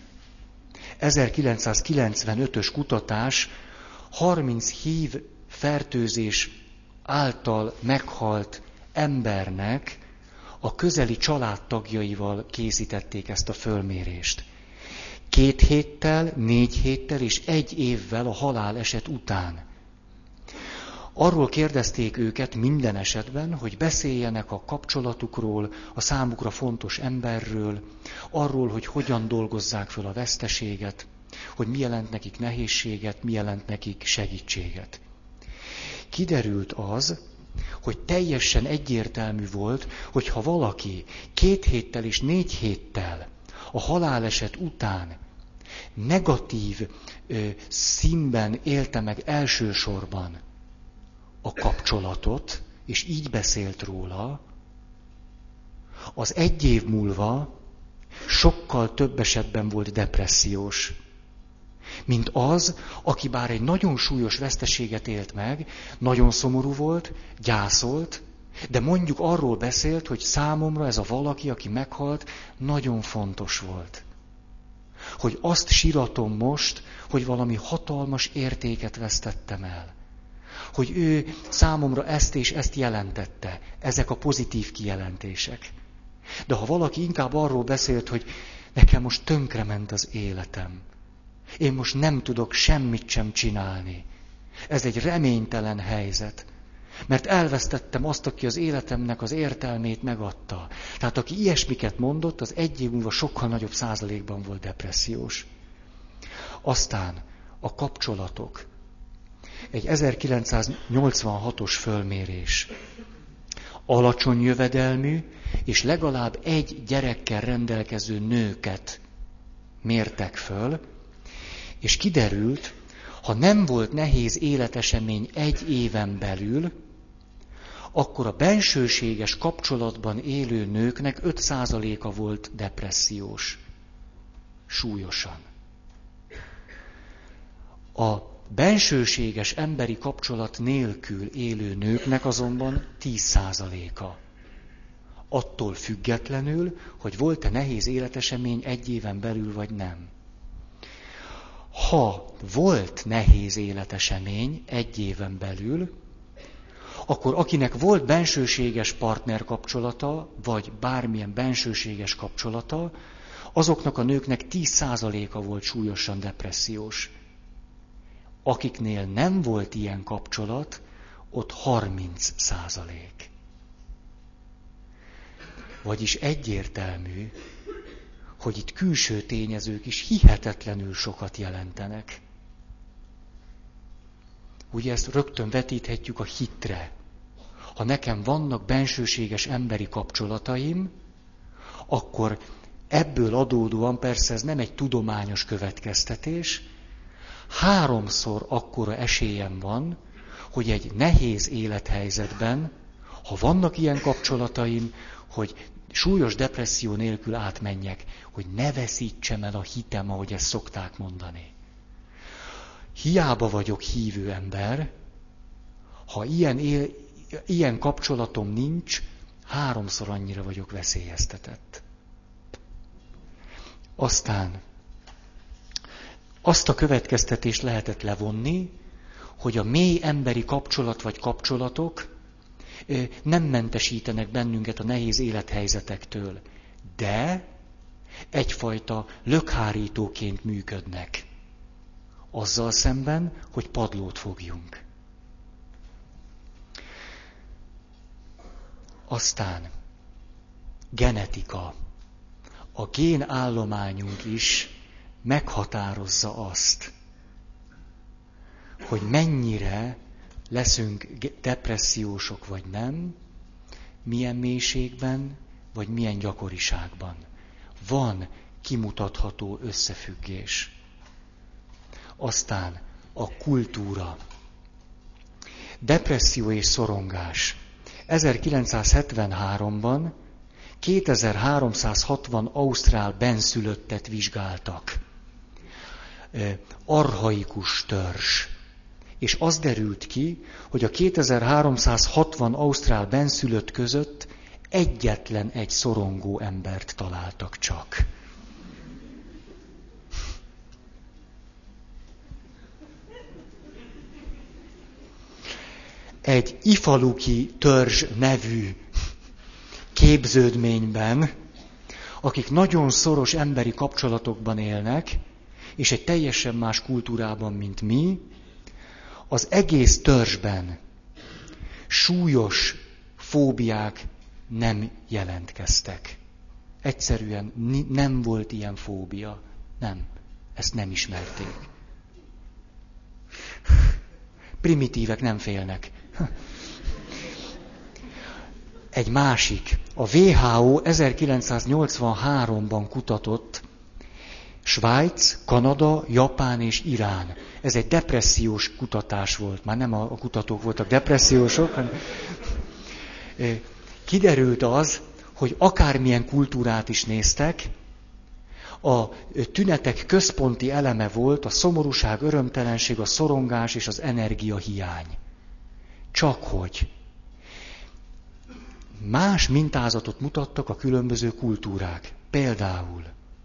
1995-ös kutatás 30 HIV fertőzés által meghalt embernek a közeli családtagjaival készítették ezt a fölmérést. 2 héttel, 4 héttel és 1 évvel a haláleset után. Arról kérdezték őket minden esetben, hogy beszéljenek a kapcsolatukról, a számukra fontos emberről, arról, hogy hogyan dolgozzák föl a veszteséget, hogy mi jelent nekik nehézséget, mi jelent nekik segítséget. Kiderült az, hogy teljesen egyértelmű volt, hogy ha valaki 2 héttel és 4 héttel a haláleset után negatív színben élte meg elsősorban a kapcsolatot, és így beszélt róla, az 1 év múlva sokkal több esetben volt depressziós, mint az, aki bár egy nagyon súlyos veszteséget élt meg, nagyon szomorú volt, gyászolt, de mondjuk arról beszélt, hogy számomra ez a valaki, aki meghalt, nagyon fontos volt. Hogy azt síratom most, hogy valami hatalmas értéket vesztettem el. Hogy ő számomra ezt és ezt jelentette. Ezek a pozitív kijelentések. De ha valaki inkább arról beszélt, hogy nekem most tönkrement az életem. Én most nem tudok semmit sem csinálni. Ez egy reménytelen helyzet. Mert elvesztettem azt, aki az életemnek az értelmét megadta. Tehát aki ilyesmiket mondott, az 1 év múlva sokkal nagyobb százalékban volt depressziós. Aztán a kapcsolatok. egy 1986-os fölmérés. Alacsony jövedelmű és legalább egy gyerekkel rendelkező nőket mértek föl, és kiderült, ha nem volt nehéz életesemény egy éven belül, akkor a bensőséges kapcsolatban élő nőknek 5%-a volt depressziós. Súlyosan. A bensőséges emberi kapcsolat nélkül élő nőknek azonban 10%-a. Attól függetlenül, hogy volt-e nehéz életesemény egy éven belül, vagy nem. Ha volt nehéz életesemény egy éven belül, akkor akinek volt bensőséges partnerkapcsolata, vagy bármilyen bensőséges kapcsolata, azoknak a nőknek 10%-a volt súlyosan depressziós. Akiknél nem volt ilyen kapcsolat, ott 30%. Vagyis egyértelmű, hogy itt külső tényezők is hihetetlenül sokat jelentenek. Ugye ezt rögtön vetíthetjük a hitre. Ha nekem vannak bensőséges emberi kapcsolataim, akkor ebből adódóan, persze ez nem egy tudományos következtetés, 3-szor akkora esélyem van, hogy egy nehéz élethelyzetben, ha vannak ilyen kapcsolataim, hogy súlyos depresszió nélkül átmenjek, hogy ne veszítsem el a hitem, ahogy ezt szokták mondani. Hiába vagyok hívő ember, ha ilyen kapcsolatom nincs, 3-szor annyira vagyok veszélyeztetett. Aztán azt a következtetést lehetett levonni, hogy a mély emberi kapcsolat vagy kapcsolatok nem mentesítenek bennünket a nehéz élethelyzetektől, de egyfajta lökhárítóként működnek. Azzal szemben, hogy padlót fogjunk. Aztán genetika. A génállományunk is meghatározza azt, hogy mennyire leszünk depressziósok vagy nem, milyen mélységben, vagy milyen gyakoriságban. Van kimutatható összefüggés. Aztán a kultúra. Depresszió és szorongás. 1973-ban 2360 ausztrál benszülöttet vizsgáltak. Archaikus törzs. És az derült ki, hogy a 2360 ausztrál benszülött között egyetlen egy szorongó embert találtak csak. Egy ifaluki törzs nevű képződményben, akik nagyon szoros emberi kapcsolatokban élnek, és egy teljesen más kultúrában, mint mi, az egész törzsben súlyos fóbiák nem jelentkeztek. Egyszerűen nem volt ilyen fóbia. Nem. Ezt nem ismerték. Primitívek nem félnek. Egy másik. A WHO 1983-ban kutatott Svájc, Kanada, Japán és Irán. Ez egy depressziós kutatás volt. Már nem a kutatók voltak depressziósok, hanem kiderült az, hogy akármilyen kultúrát is néztek, a tünetek központi eleme volt a szomorúság, örömtelenség, a szorongás és az energiahiány. Csakhogy más mintázatot mutattak a különböző kultúrák. Például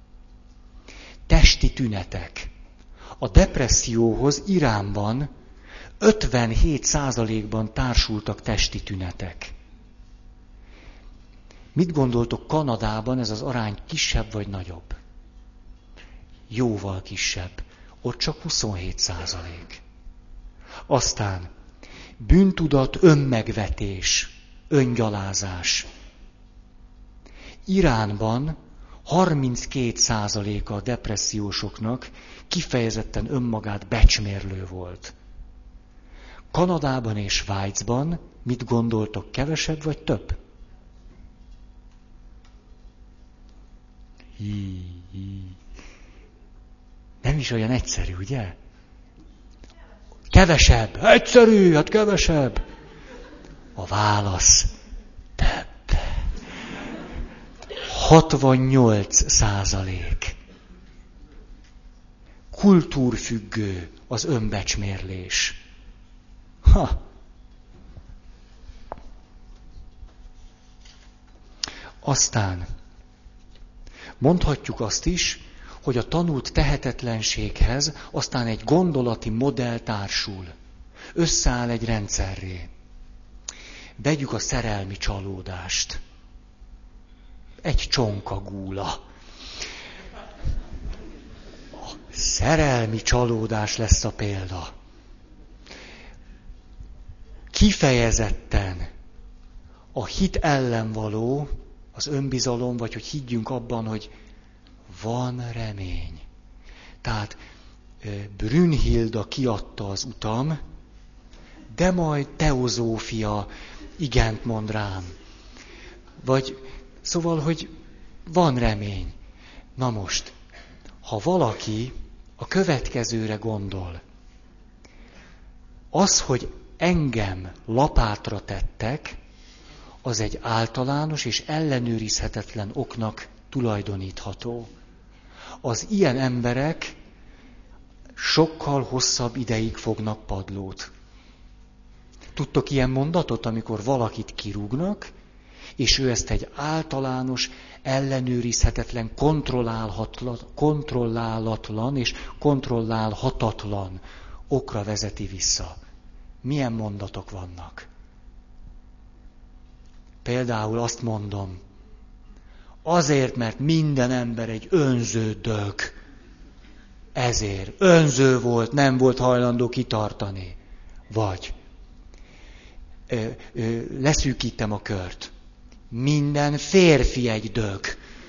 testi tünetek. A depresszióhoz Iránban 57%-ban társultak testi tünetek. Mit gondoltok, Kanadában ez az arány kisebb vagy nagyobb? Jóval kisebb. Ott csak 27%. Aztán bűntudat, önmegvetés, öngyalázás. Iránban 32%-a a depressziósoknak kifejezetten önmagát becsmérlő volt. Kanadában és Svájcban mit gondoltok, kevesebb vagy több? Nem is olyan egyszerű, ugye? Kevesebb. Egyszerű, hát kevesebb. A válasz több. 68%. Kultúrfüggő az önbecsmérlés. Aztán mondhatjuk azt is, hogy a tanult tehetetlenséghez aztán egy gondolati modell társul. Összeáll egy rendszerré. Vegyük a szerelmi csalódást. Egy csonka gúla. A szerelmi csalódás lesz a példa. Kifejezetten a hit ellen való, az önbizalom, vagy hogy higgyünk abban, hogy van remény. Tehát Brünnhilda kiadta az utam, de majd teozófia igent mond rám. Vagy szóval, hogy van remény. Na most, ha valaki a következőre gondol, az, hogy engem lapátra tettek, az egy általános és ellenőrizhetetlen oknak tulajdonítható. Az ilyen emberek sokkal hosszabb ideig fognak padlót. Tudtok ilyen mondatot, amikor valakit kirúgnak, és ő ezt egy általános, ellenőrizhetetlen, kontrollálatlan és kontrollálhatatlan okra vezeti vissza. Milyen mondatok vannak? Például azt mondom, azért, mert minden ember egy önző dög. Ezért önző volt, nem volt hajlandó kitartani. Vagy leszűkítem a kört. Minden férfi egy dög.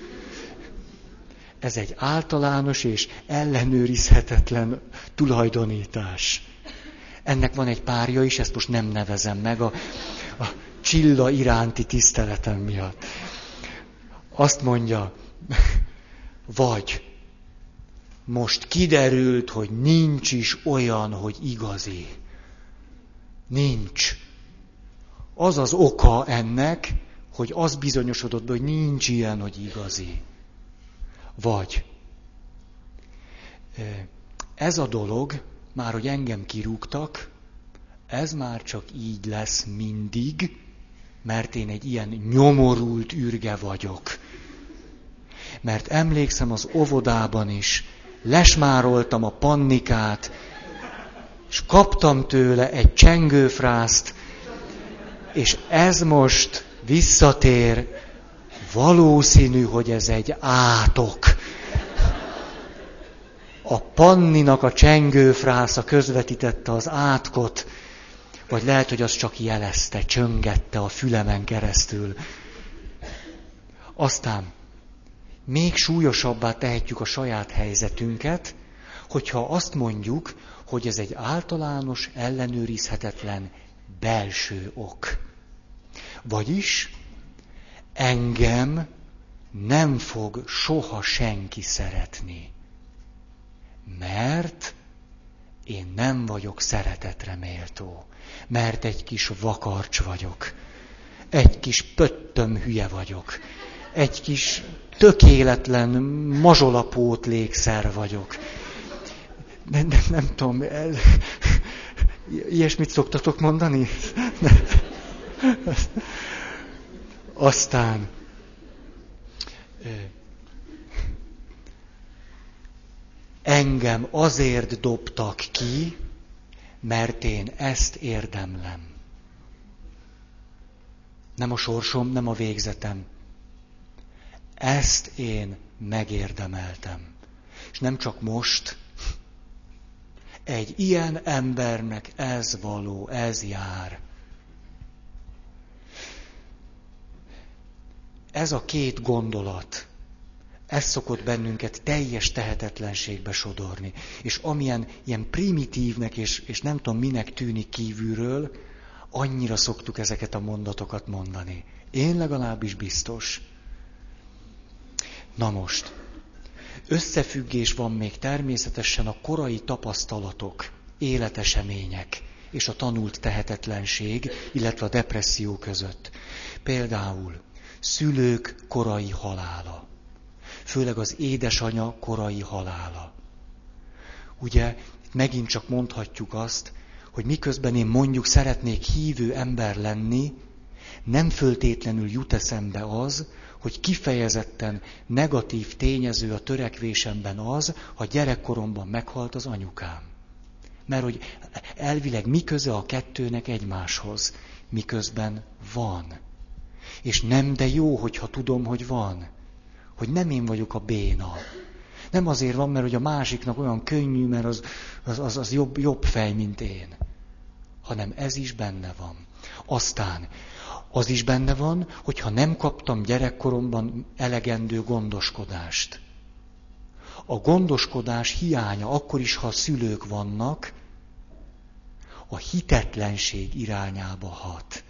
Ez egy általános és ellenőrizhetetlen tulajdonítás. Ennek van egy párja is, ezt most nem nevezem meg a Csilla iránti tiszteletem miatt. Azt mondja, vagy most kiderült, hogy nincs is olyan, hogy igazi. Nincs. Az az oka ennek, hogy az bizonyosodott be, hogy nincs ilyen, hogy igazi. Vagy ez a dolog, már hogy engem kirúgtak, ez már csak így lesz mindig, mert én egy ilyen nyomorult ürge vagyok. Mert emlékszem, az óvodában is lesmároltam a Pannikát, és kaptam tőle egy csengőfrászt, és ez most visszatér, valószínű, hogy ez egy átok. A Panninak a csengőfrásza közvetítette az átkot, vagy lehet, hogy az csak jelezte, csöngette a fülemen keresztül. Aztán még súlyosabbá tehetjük a saját helyzetünket, hogyha azt mondjuk, hogy ez egy általános, ellenőrizhetetlen belső ok. Vagyis engem nem fog soha senki szeretni, mert én nem vagyok szeretetre méltó, mert egy kis vakarcs vagyok, egy kis pöttöm hülye vagyok, egy kis tökéletlen mazsolapótlékszer vagyok. Nem tudom, ilyesmit szoktatok mondani? Aztán engem azért dobtak ki, mert én ezt érdemlem. Nem a sorsom, nem a végzetem. Ezt én megérdemeltem. És nem csak most. Egy ilyen embernek ez való, ez jár. Ez a két gondolat, ez szokott bennünket teljes tehetetlenségbe sodorni. És amilyen ilyen primitívnek és nem tudom minek tűnik kívülről, annyira szoktuk ezeket a mondatokat mondani. Én legalábbis biztos. Na most, összefüggés van még természetesen a korai tapasztalatok, életesemények és a tanult tehetetlenség, illetve a depresszió között. Például szülők korai halála. Főleg az édesanya korai halála. Ugye megint csak mondhatjuk azt, hogy miközben én mondjuk szeretnék hívő ember lenni, nem föltétlenül jut eszembe az, hogy kifejezetten negatív tényező a törekvésemben az, ha gyerekkoromban meghalt az anyukám. Mert hogy elvileg mi köze a kettőnek egymáshoz, miközben van. És nem, de jó, hogyha tudom, hogy van. Hogy nem én vagyok a béna. Nem azért van, mert hogy a másiknak olyan könnyű, mert az jobb fej, mint én. Hanem ez is benne van. Aztán az is benne van, hogyha nem kaptam gyerekkoromban elegendő gondoskodást. A gondoskodás hiánya, akkor is, ha szülők vannak, a hitetlenség irányába hat.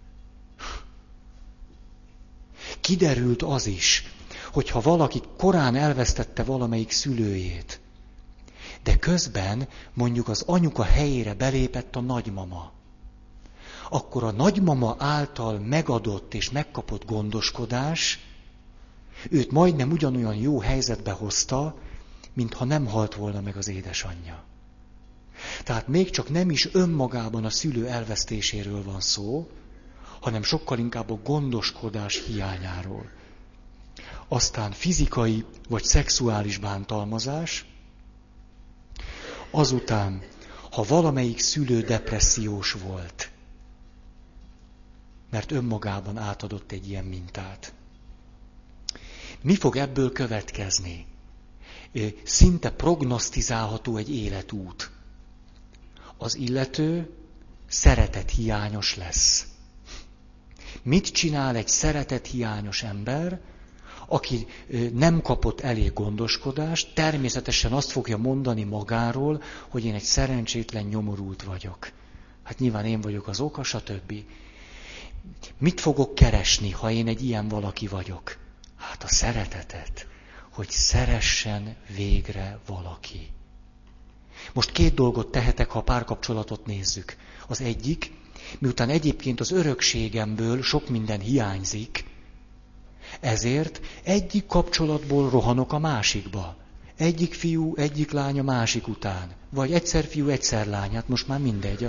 Kiderült az is, hogyha valaki korán elvesztette valamelyik szülőjét, de közben mondjuk az anyuka helyére belépett a nagymama, akkor a nagymama által megadott és megkapott gondoskodás őt majdnem ugyanolyan jó helyzetbe hozta, mintha nem halt volna meg az édesanyja. Tehát még csak nem is önmagában a szülő elvesztéséről van szó, hanem sokkal inkább a gondoskodás hiányáról. Aztán fizikai vagy szexuális bántalmazás, azután, ha valamelyik szülő depressziós volt, mert önmagában átadott egy ilyen mintát. Mi fog ebből következni? Szinte prognosztizálható egy életút. Az illető szeretethiányos lesz. Mit csinál egy szeretethiányos ember, aki nem kapott elég gondoskodást, természetesen azt fogja mondani magáról, hogy én egy szerencsétlen nyomorult vagyok. Hát nyilván én vagyok az oka, stb. Mit fogok keresni, ha én egy ilyen valaki vagyok? Hát a szeretetet, hogy szeressen végre valaki. Most két dolgot tehetek, ha a párkapcsolatot nézzük. Az egyik, miután egyébként az örökségemből sok minden hiányzik, ezért egyik kapcsolatból rohanok a másikba. Egyik fiú, egyik lány a másik után. Vagy egyszer fiú, egyszer lány, hát most már mindegy.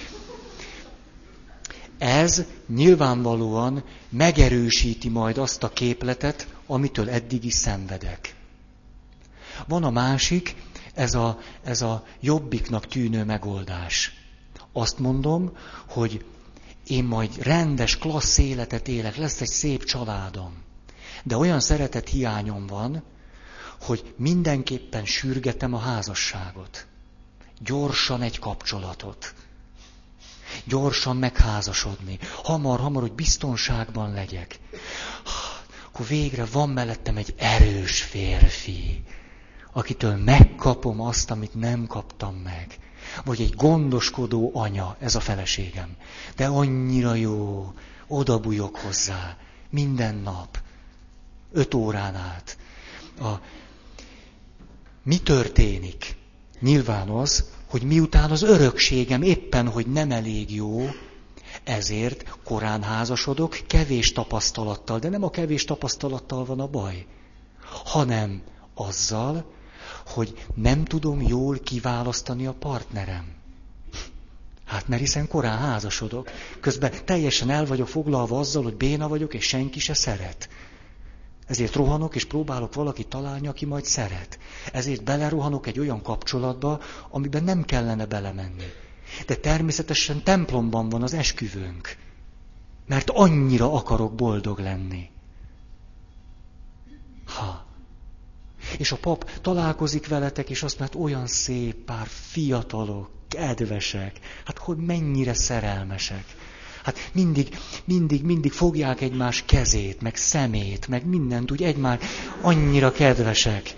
Ez nyilvánvalóan megerősíti majd azt a képletet, amitől eddig is szenvedek. Van a másik, ez a jobbiknak tűnő megoldás. Azt mondom, hogy én majd rendes, klassz életet élek, lesz egy szép családom. De olyan szeretet hiányom van, hogy mindenképpen sürgetem a házasságot. Gyorsan egy kapcsolatot. Gyorsan megházasodni. Hamar, hogy biztonságban legyek. Akkor végre van mellettem egy erős férfi, akitől megkapom azt, amit nem kaptam meg. Vagy egy gondoskodó anya, ez a feleségem. De annyira jó, odabújok hozzá, minden nap, 5 órán át. Mi történik? Nyilván az, hogy miután az örökségem éppen, hogy nem elég jó, ezért korán házasodok, kevés tapasztalattal, de nem a kevés tapasztalattal van a baj, hanem azzal, hogy nem tudom jól kiválasztani a partnerem. Hát mert hiszen korán házasodok, közben teljesen el vagyok foglalva azzal, hogy béna vagyok, és senki se szeret. Ezért rohanok, és próbálok valakit találni, aki majd szeret. Ezért belerohanok egy olyan kapcsolatba, amiben nem kellene belemenni. De természetesen templomban van az esküvőnk. Mert annyira akarok boldog lenni. És a pap találkozik veletek, és azt mondja, olyan szép pár, fiatalok, kedvesek. Hát hogy mennyire szerelmesek. Hát mindig fogják egymás kezét, meg szemét, meg mindent, úgy egymás annyira kedvesek.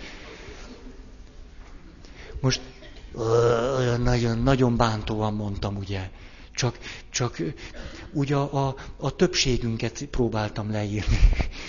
Most olyan nagyon bántóan mondtam, ugye. Csak ugye a többségünket próbáltam leírni.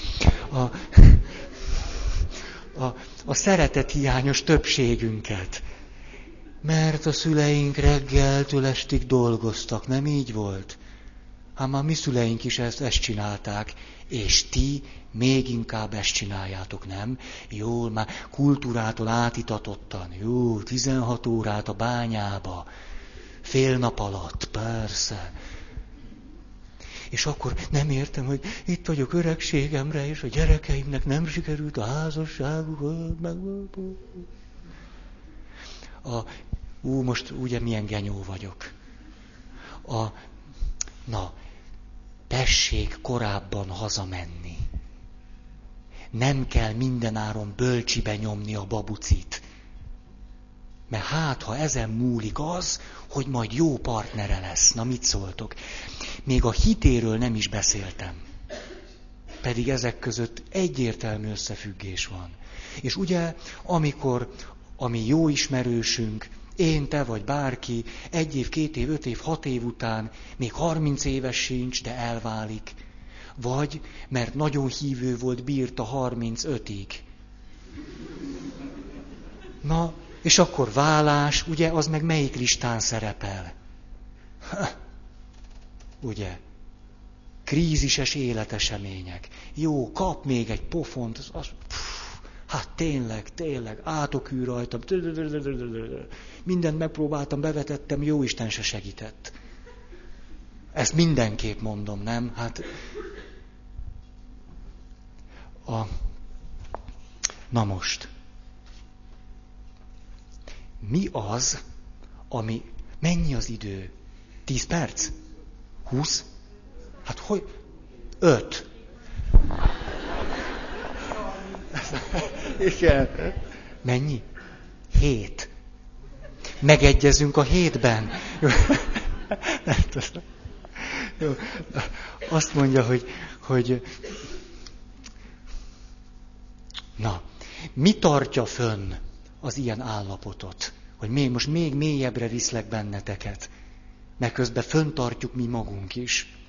A szeretethiányos többségünket. Mert a szüleink reggeltől estig dolgoztak, nem így volt? Hát már mi szüleink is ezt csinálták, és ti még inkább ezt csináljátok, nem? Jól, már kultúrától átitatottan, jó, 16 órát a bányába, fél nap alatt, persze. És akkor nem értem, hogy itt vagyok öregségemre, és a gyerekeimnek nem sikerült a házasságuk. Most ugye milyen genyó vagyok. Tessék korábban hazamenni. Nem kell mindenáron bölcsibe nyomni a babucit. Mert ha ezen múlik az, hogy majd jó partnere lesz. Na, mit szóltok? Még a hitéről nem is beszéltem. Pedig ezek között egyértelmű összefüggés van. És ugye, ami jó ismerősünk, én, te vagy bárki, 1 év, 2 év, 5 év, 6 év után még 30 éves sincs, de elválik. Vagy, mert nagyon hívő volt, bírta 35-ig. Na, és akkor válás, ugye, az meg melyik listán szerepel? Ugye? Krízises életesemények. Jó, kap még egy pofont, hát tényleg, átokül rajtam. Mindent megpróbáltam, bevetettem, jó Isten se segített. Ezt mindenképp mondom, nem? Hát... Na most. Mi az, ami... Mennyi az idő? 10 perc? 20? Hát hogy? 5. Igen. Mennyi? 7. Megegyezünk a 7-ben. Jó. Azt mondja, hogy... Na, mi tartja fönn az ilyen állapotot? Hogy most még mélyebbre viszlek benneteket. Mert közben föntartjuk mi magunk is.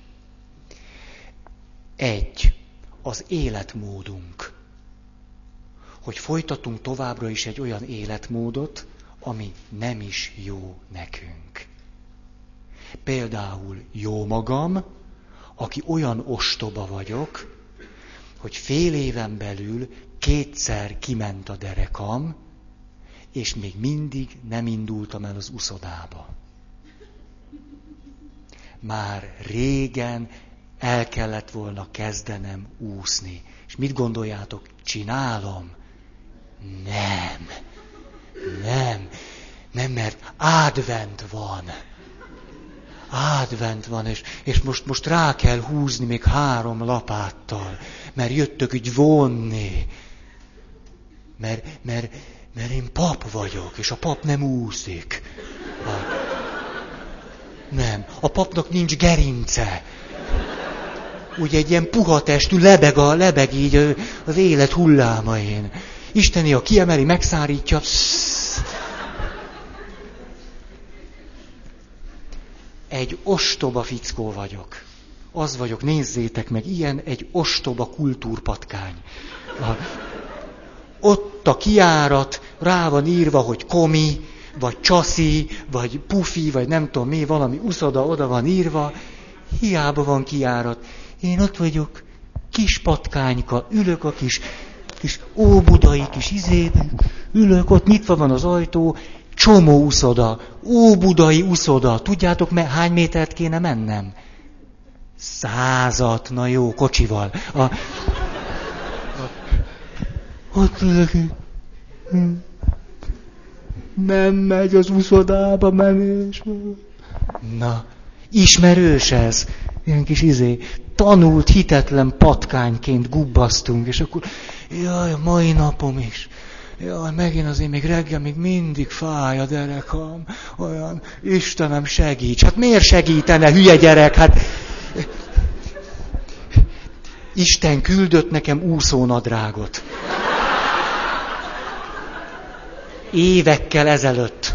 1. Az életmódunk. Hogy folytatunk továbbra is egy olyan életmódot, ami nem is jó nekünk. Például jó magam, aki olyan ostoba vagyok, hogy fél éven belül 2-szer kiment a derekam, és még mindig nem indultam el az uszodába. Már régen el kellett volna kezdenem úszni. És mit gondoljátok? Csinálom? Nem, mert advent van, és most rá kell húzni még 3 lapáttal, mert jöttök így vonni. Mert én pap vagyok, és a pap nem úszik. A papnak nincs gerince. Úgy egy ilyen puha testű lebeg így az élet hullámain. Isteni, ha kiemeli, megszárítja. Egy ostoba fickó vagyok. Az vagyok, nézzétek meg, ilyen egy ostoba kultúrpatkány. Ott a kijárat, rá van írva, hogy komi, vagy csaszi, vagy pufi, vagy nem tudom mi, valami uszoda, oda van írva. Hiába van kijárat. Én ott vagyok, kis patkányka, ülök a kis óbudai kis izében, ülök, ott nyitva van az ajtó, csomó uszoda, óbudai uszoda. Tudjátok, hány métert kéne mennem? 100, na jó, kocsival. Ott ülök, nem megy az uszodába menés. Na, ismerős ez. Ilyen kis tanult, hitetlen patkányként gubbasztunk, és akkor, jaj, a mai napom is. Jaj, megint azért még reggel még mindig fáj a derekam. Olyan, Istenem, segíts. Hát miért segítene, hülye gyerek? Hát Isten küldött nekem úszónadrágot. Évekkel ezelőtt.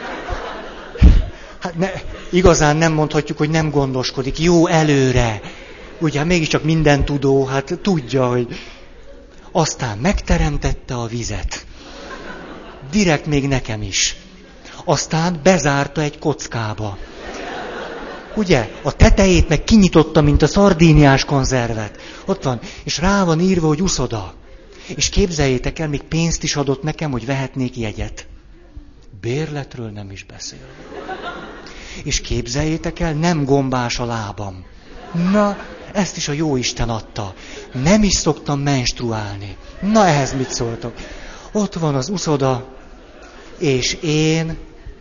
Hát igazán nem mondhatjuk, hogy nem gondoskodik. Jó előre. Ugye, mégiscsak minden tudó, hát tudja, hogy... Aztán megteremtette a vizet. Direkt még nekem is. Aztán bezárta egy kockába. Ugye, a tetejét meg kinyitotta, mint a szardíniás konzervet. Ott van, és rá van írva, hogy uszoda. És képzeljétek el, még pénzt is adott nekem, hogy vehetnék jegyet. Bérletről nem is beszél. És képzeljétek el, nem gombás a lábam. Na, ezt is a jóisten adta. Nem is szoktam menstruálni. Na, ehhez mit szóltok? Ott van az uszoda, és én...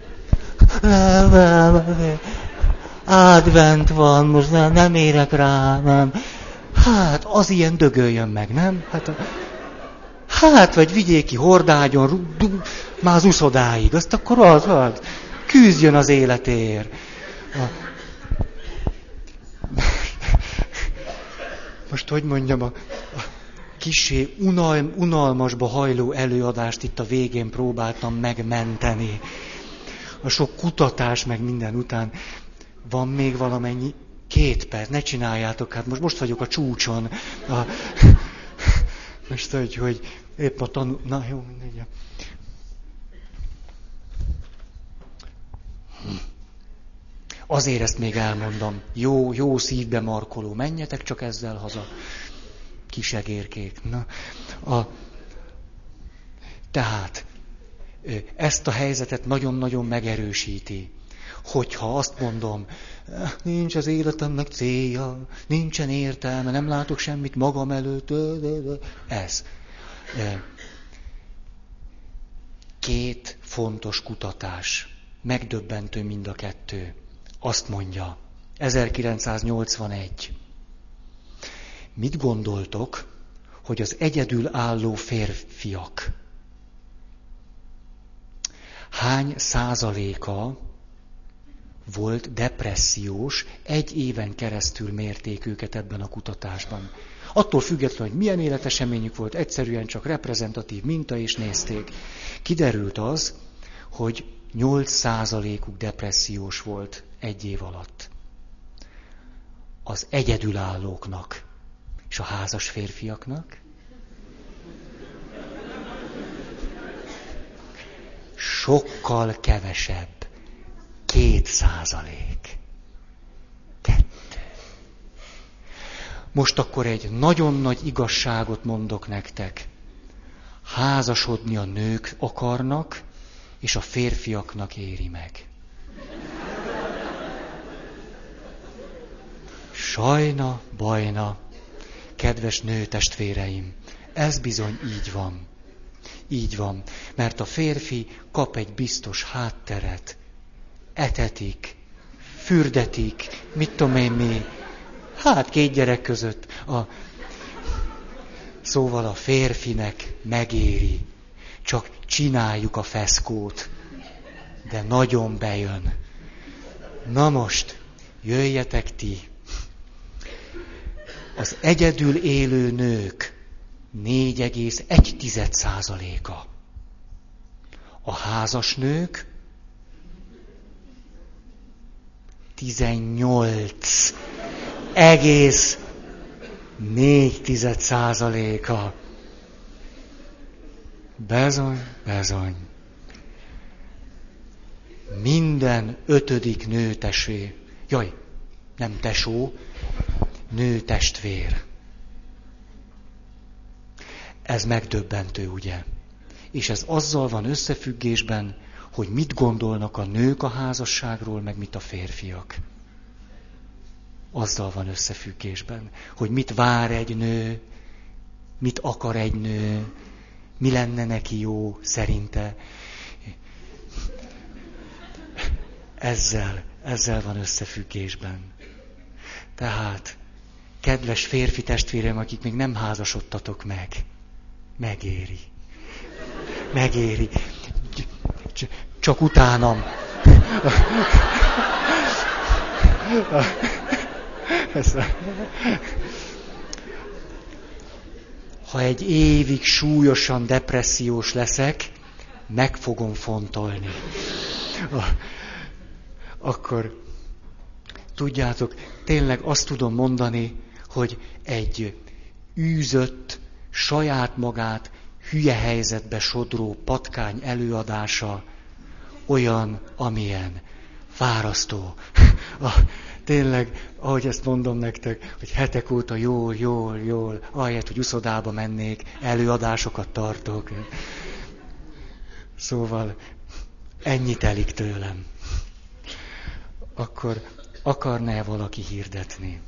Advent van, most nem érek rá, nem. Hát, az ilyen dögöljön meg, nem? Hát, vagy vidéki hordágyon, már az uszodáig, azt akkor az, küzdjön az életéért. Most, hogy mondjam, a kissé unalmasba hajló előadást itt a végén próbáltam megmenteni. A sok kutatás, meg minden után van még valamennyi? 2 perc, ne csináljátok, hát most vagyok a csúcson. Most, hogy épp a tanul... Na jó, mindegy. Azért ezt még elmondom. Jó szívbe markoló. Menjetek csak ezzel haza. Kisegérkék. Na, tehát ezt a helyzetet nagyon-nagyon megerősíti. Hogyha azt mondom, nincs az életemnek célja, nincsen értelme, nem látok semmit magam előtt, ez. 2 fontos kutatás. Megdöbbentő mind a 2. Azt mondja, 1981. Mit gondoltok, hogy az egyedül álló férfiak hány százaléka volt depressziós, 1 éven keresztül mérték őket ebben a kutatásban. Attól függetlenül, hogy milyen életeseményük volt, egyszerűen csak reprezentatív minta, és nézték. Kiderült az, hogy 8%-uk depressziós volt 1 év alatt. Az egyedülállóknak és a házas férfiaknak sokkal kevesebb. 2%. 2. Most akkor egy nagyon nagy igazságot mondok nektek. Házasodni a nők akarnak, és a férfiaknak éri meg. Sajna, bajna, kedves nőtestvéreim, ez bizony így van. Így van, mert a férfi kap egy biztos hátteret, etetik, fürdetik, mit tudom én mi, hát 2 gyerek között. Szóval a férfinek megéri, csak csináljuk a feszkót, de nagyon bejön. Na most, jöjjetek ti. Az egyedül élő nők 4,1%-a. A házas nők 18,4%-a. Bezony. Minden 5. nőtestvér. Jaj, nem tesó, nőtestvér. Ez megdöbbentő, ugye? És ez azzal van összefüggésben, hogy mit gondolnak a nők a házasságról, meg mit a férfiak. Azzal van összefüggésben, hogy mit vár egy nő, mit akar egy nő, mi lenne neki jó szerinte. Ezzel van összefüggésben. Tehát, kedves férfi testvérem, akik még nem házasodtatok meg, megéri. Megéri. Csak utánam. ha egy évig súlyosan depressziós leszek, meg fogom fontolni. Akkor tudjátok, tényleg azt tudom mondani, hogy egy űzött, saját magát hülye helyzetbe sodró patkány előadása olyan, amilyen. Fárasztó. Tényleg, ahogy ezt mondom nektek, hogy hetek óta jól, ahelyett, hogy uszodába mennék, előadásokat tartok. Szóval ennyi telik tőlem. Akkor akarná valaki hirdetni?